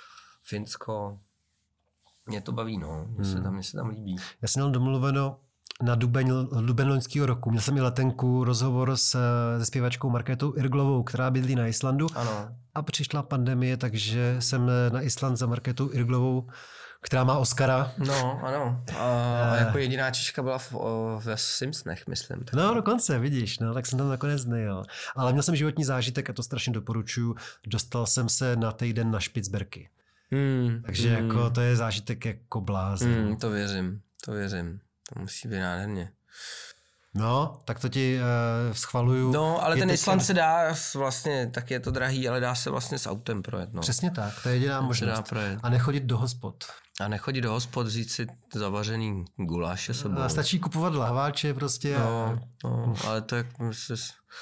Finsko. Mě to baví, no. Mně se tam, mně se tam líbí. Já jsem měl domluveno na duben, duben loňského roku. Měl jsem i letenku, rozhovor s, se zpěvačkou Markétou Irglovou, která bydlí na Islandu. Ano. A přišla pandemie, takže jsem na Island za Markétou Irglovou, která má Oscara. No, ano. A, a jako jediná Češka byla v, o, ve Simpsonech, myslím. Tak. No, dokonce, vidíš, no, tak jsem tam nakonec nejel. Ale měl jsem životní zážitek a to strašně doporučuju. Dostal jsem se na týden na Špicberky. Hmm, takže hmm. jako to je zážitek jako blázen. Hmm, to věřím, to věřím. To musí být nádherně. No, tak to ti uh, schvaluju. No, ale je ten Island se dá vlastně, tak je to drahý, ale dá se vlastně s autem projet. No. Přesně tak, to je jediná možnost. A nechodit do hospod. A nechodit do hospod, vzít si zavařený guláše sebou. A stačí kupovat lahváče prostě. No, no ale to je,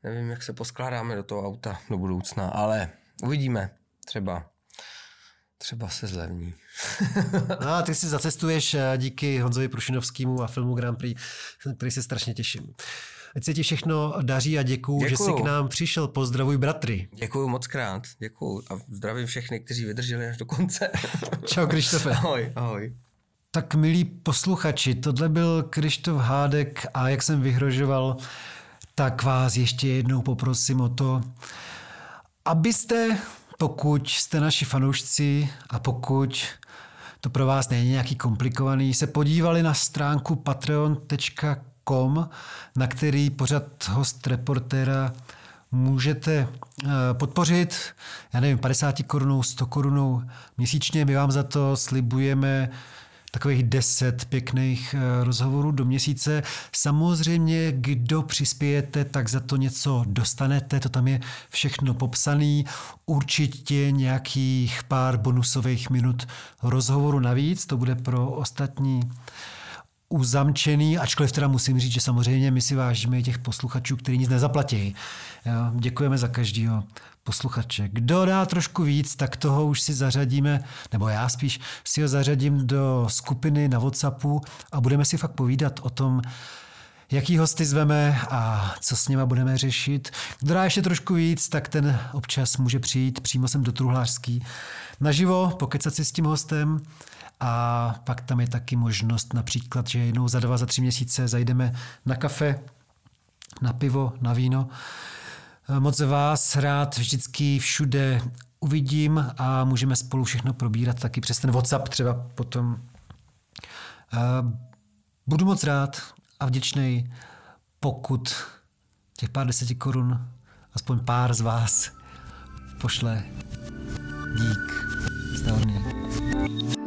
nevím, jak se poskládáme do toho auta do budoucna, ale uvidíme. Třeba. Třeba se zlevní. No a ty si zacestuješ díky Honzovi Prušinovskému a filmu Grand Prix, který se strašně těším. Ať se ti všechno daří a děkuju, že jsi k nám přišel. Pozdravuj bratry. Děkuju moc krát. Děkuju a zdravím všechny, kteří vydrželi až do konce. Čau, Krištofe. Ahoj, ahoj. Tak milí posluchači, tohle byl Krištof Hádek a jak jsem vyhrožoval, tak vás ještě jednou poprosím o to, abyste, pokud jste naši fanoušci a pokud to pro vás není nějaký komplikovaný, se podívali na stránku patreon tečka com, na který pořad Host Reportéra můžete podpořit, já nevím, padesát korunou, sto korunou měsíčně. My vám za to slibujeme takových deset pěkných rozhovorů do měsíce. Samozřejmě, kdo přispějete, tak za to něco dostanete, to tam je všechno popsané. Určitě nějakých pár bonusových minut rozhovoru navíc, to bude pro ostatní uzamčený, ačkoliv teda musím říct, že samozřejmě my si vážíme těch posluchačů, kteří nic nezaplatí. Děkujeme za každého posluchače. Kdo dá trošku víc, tak toho už si zařadíme, nebo já spíš si ho zařadím do skupiny na WhatsAppu a budeme si fakt povídat o tom, jaký hosty zveme a co s nima budeme řešit. Kdo dá ještě trošku víc, tak ten občas může přijít přímo sem do Truhlářský naživo, pokecat si s tím hostem. A pak tam je taky možnost například, že jednou za dva, za tři měsíce zajdeme na kafe, na pivo, na víno. Moc vás rád vždycky všude uvidím a můžeme spolu všechno probírat taky přes ten WhatsApp třeba potom. Budu moc rád a vděčnej, pokud těch pár deseti korun, aspoň pár z vás pošle. Dík. Jste hodně.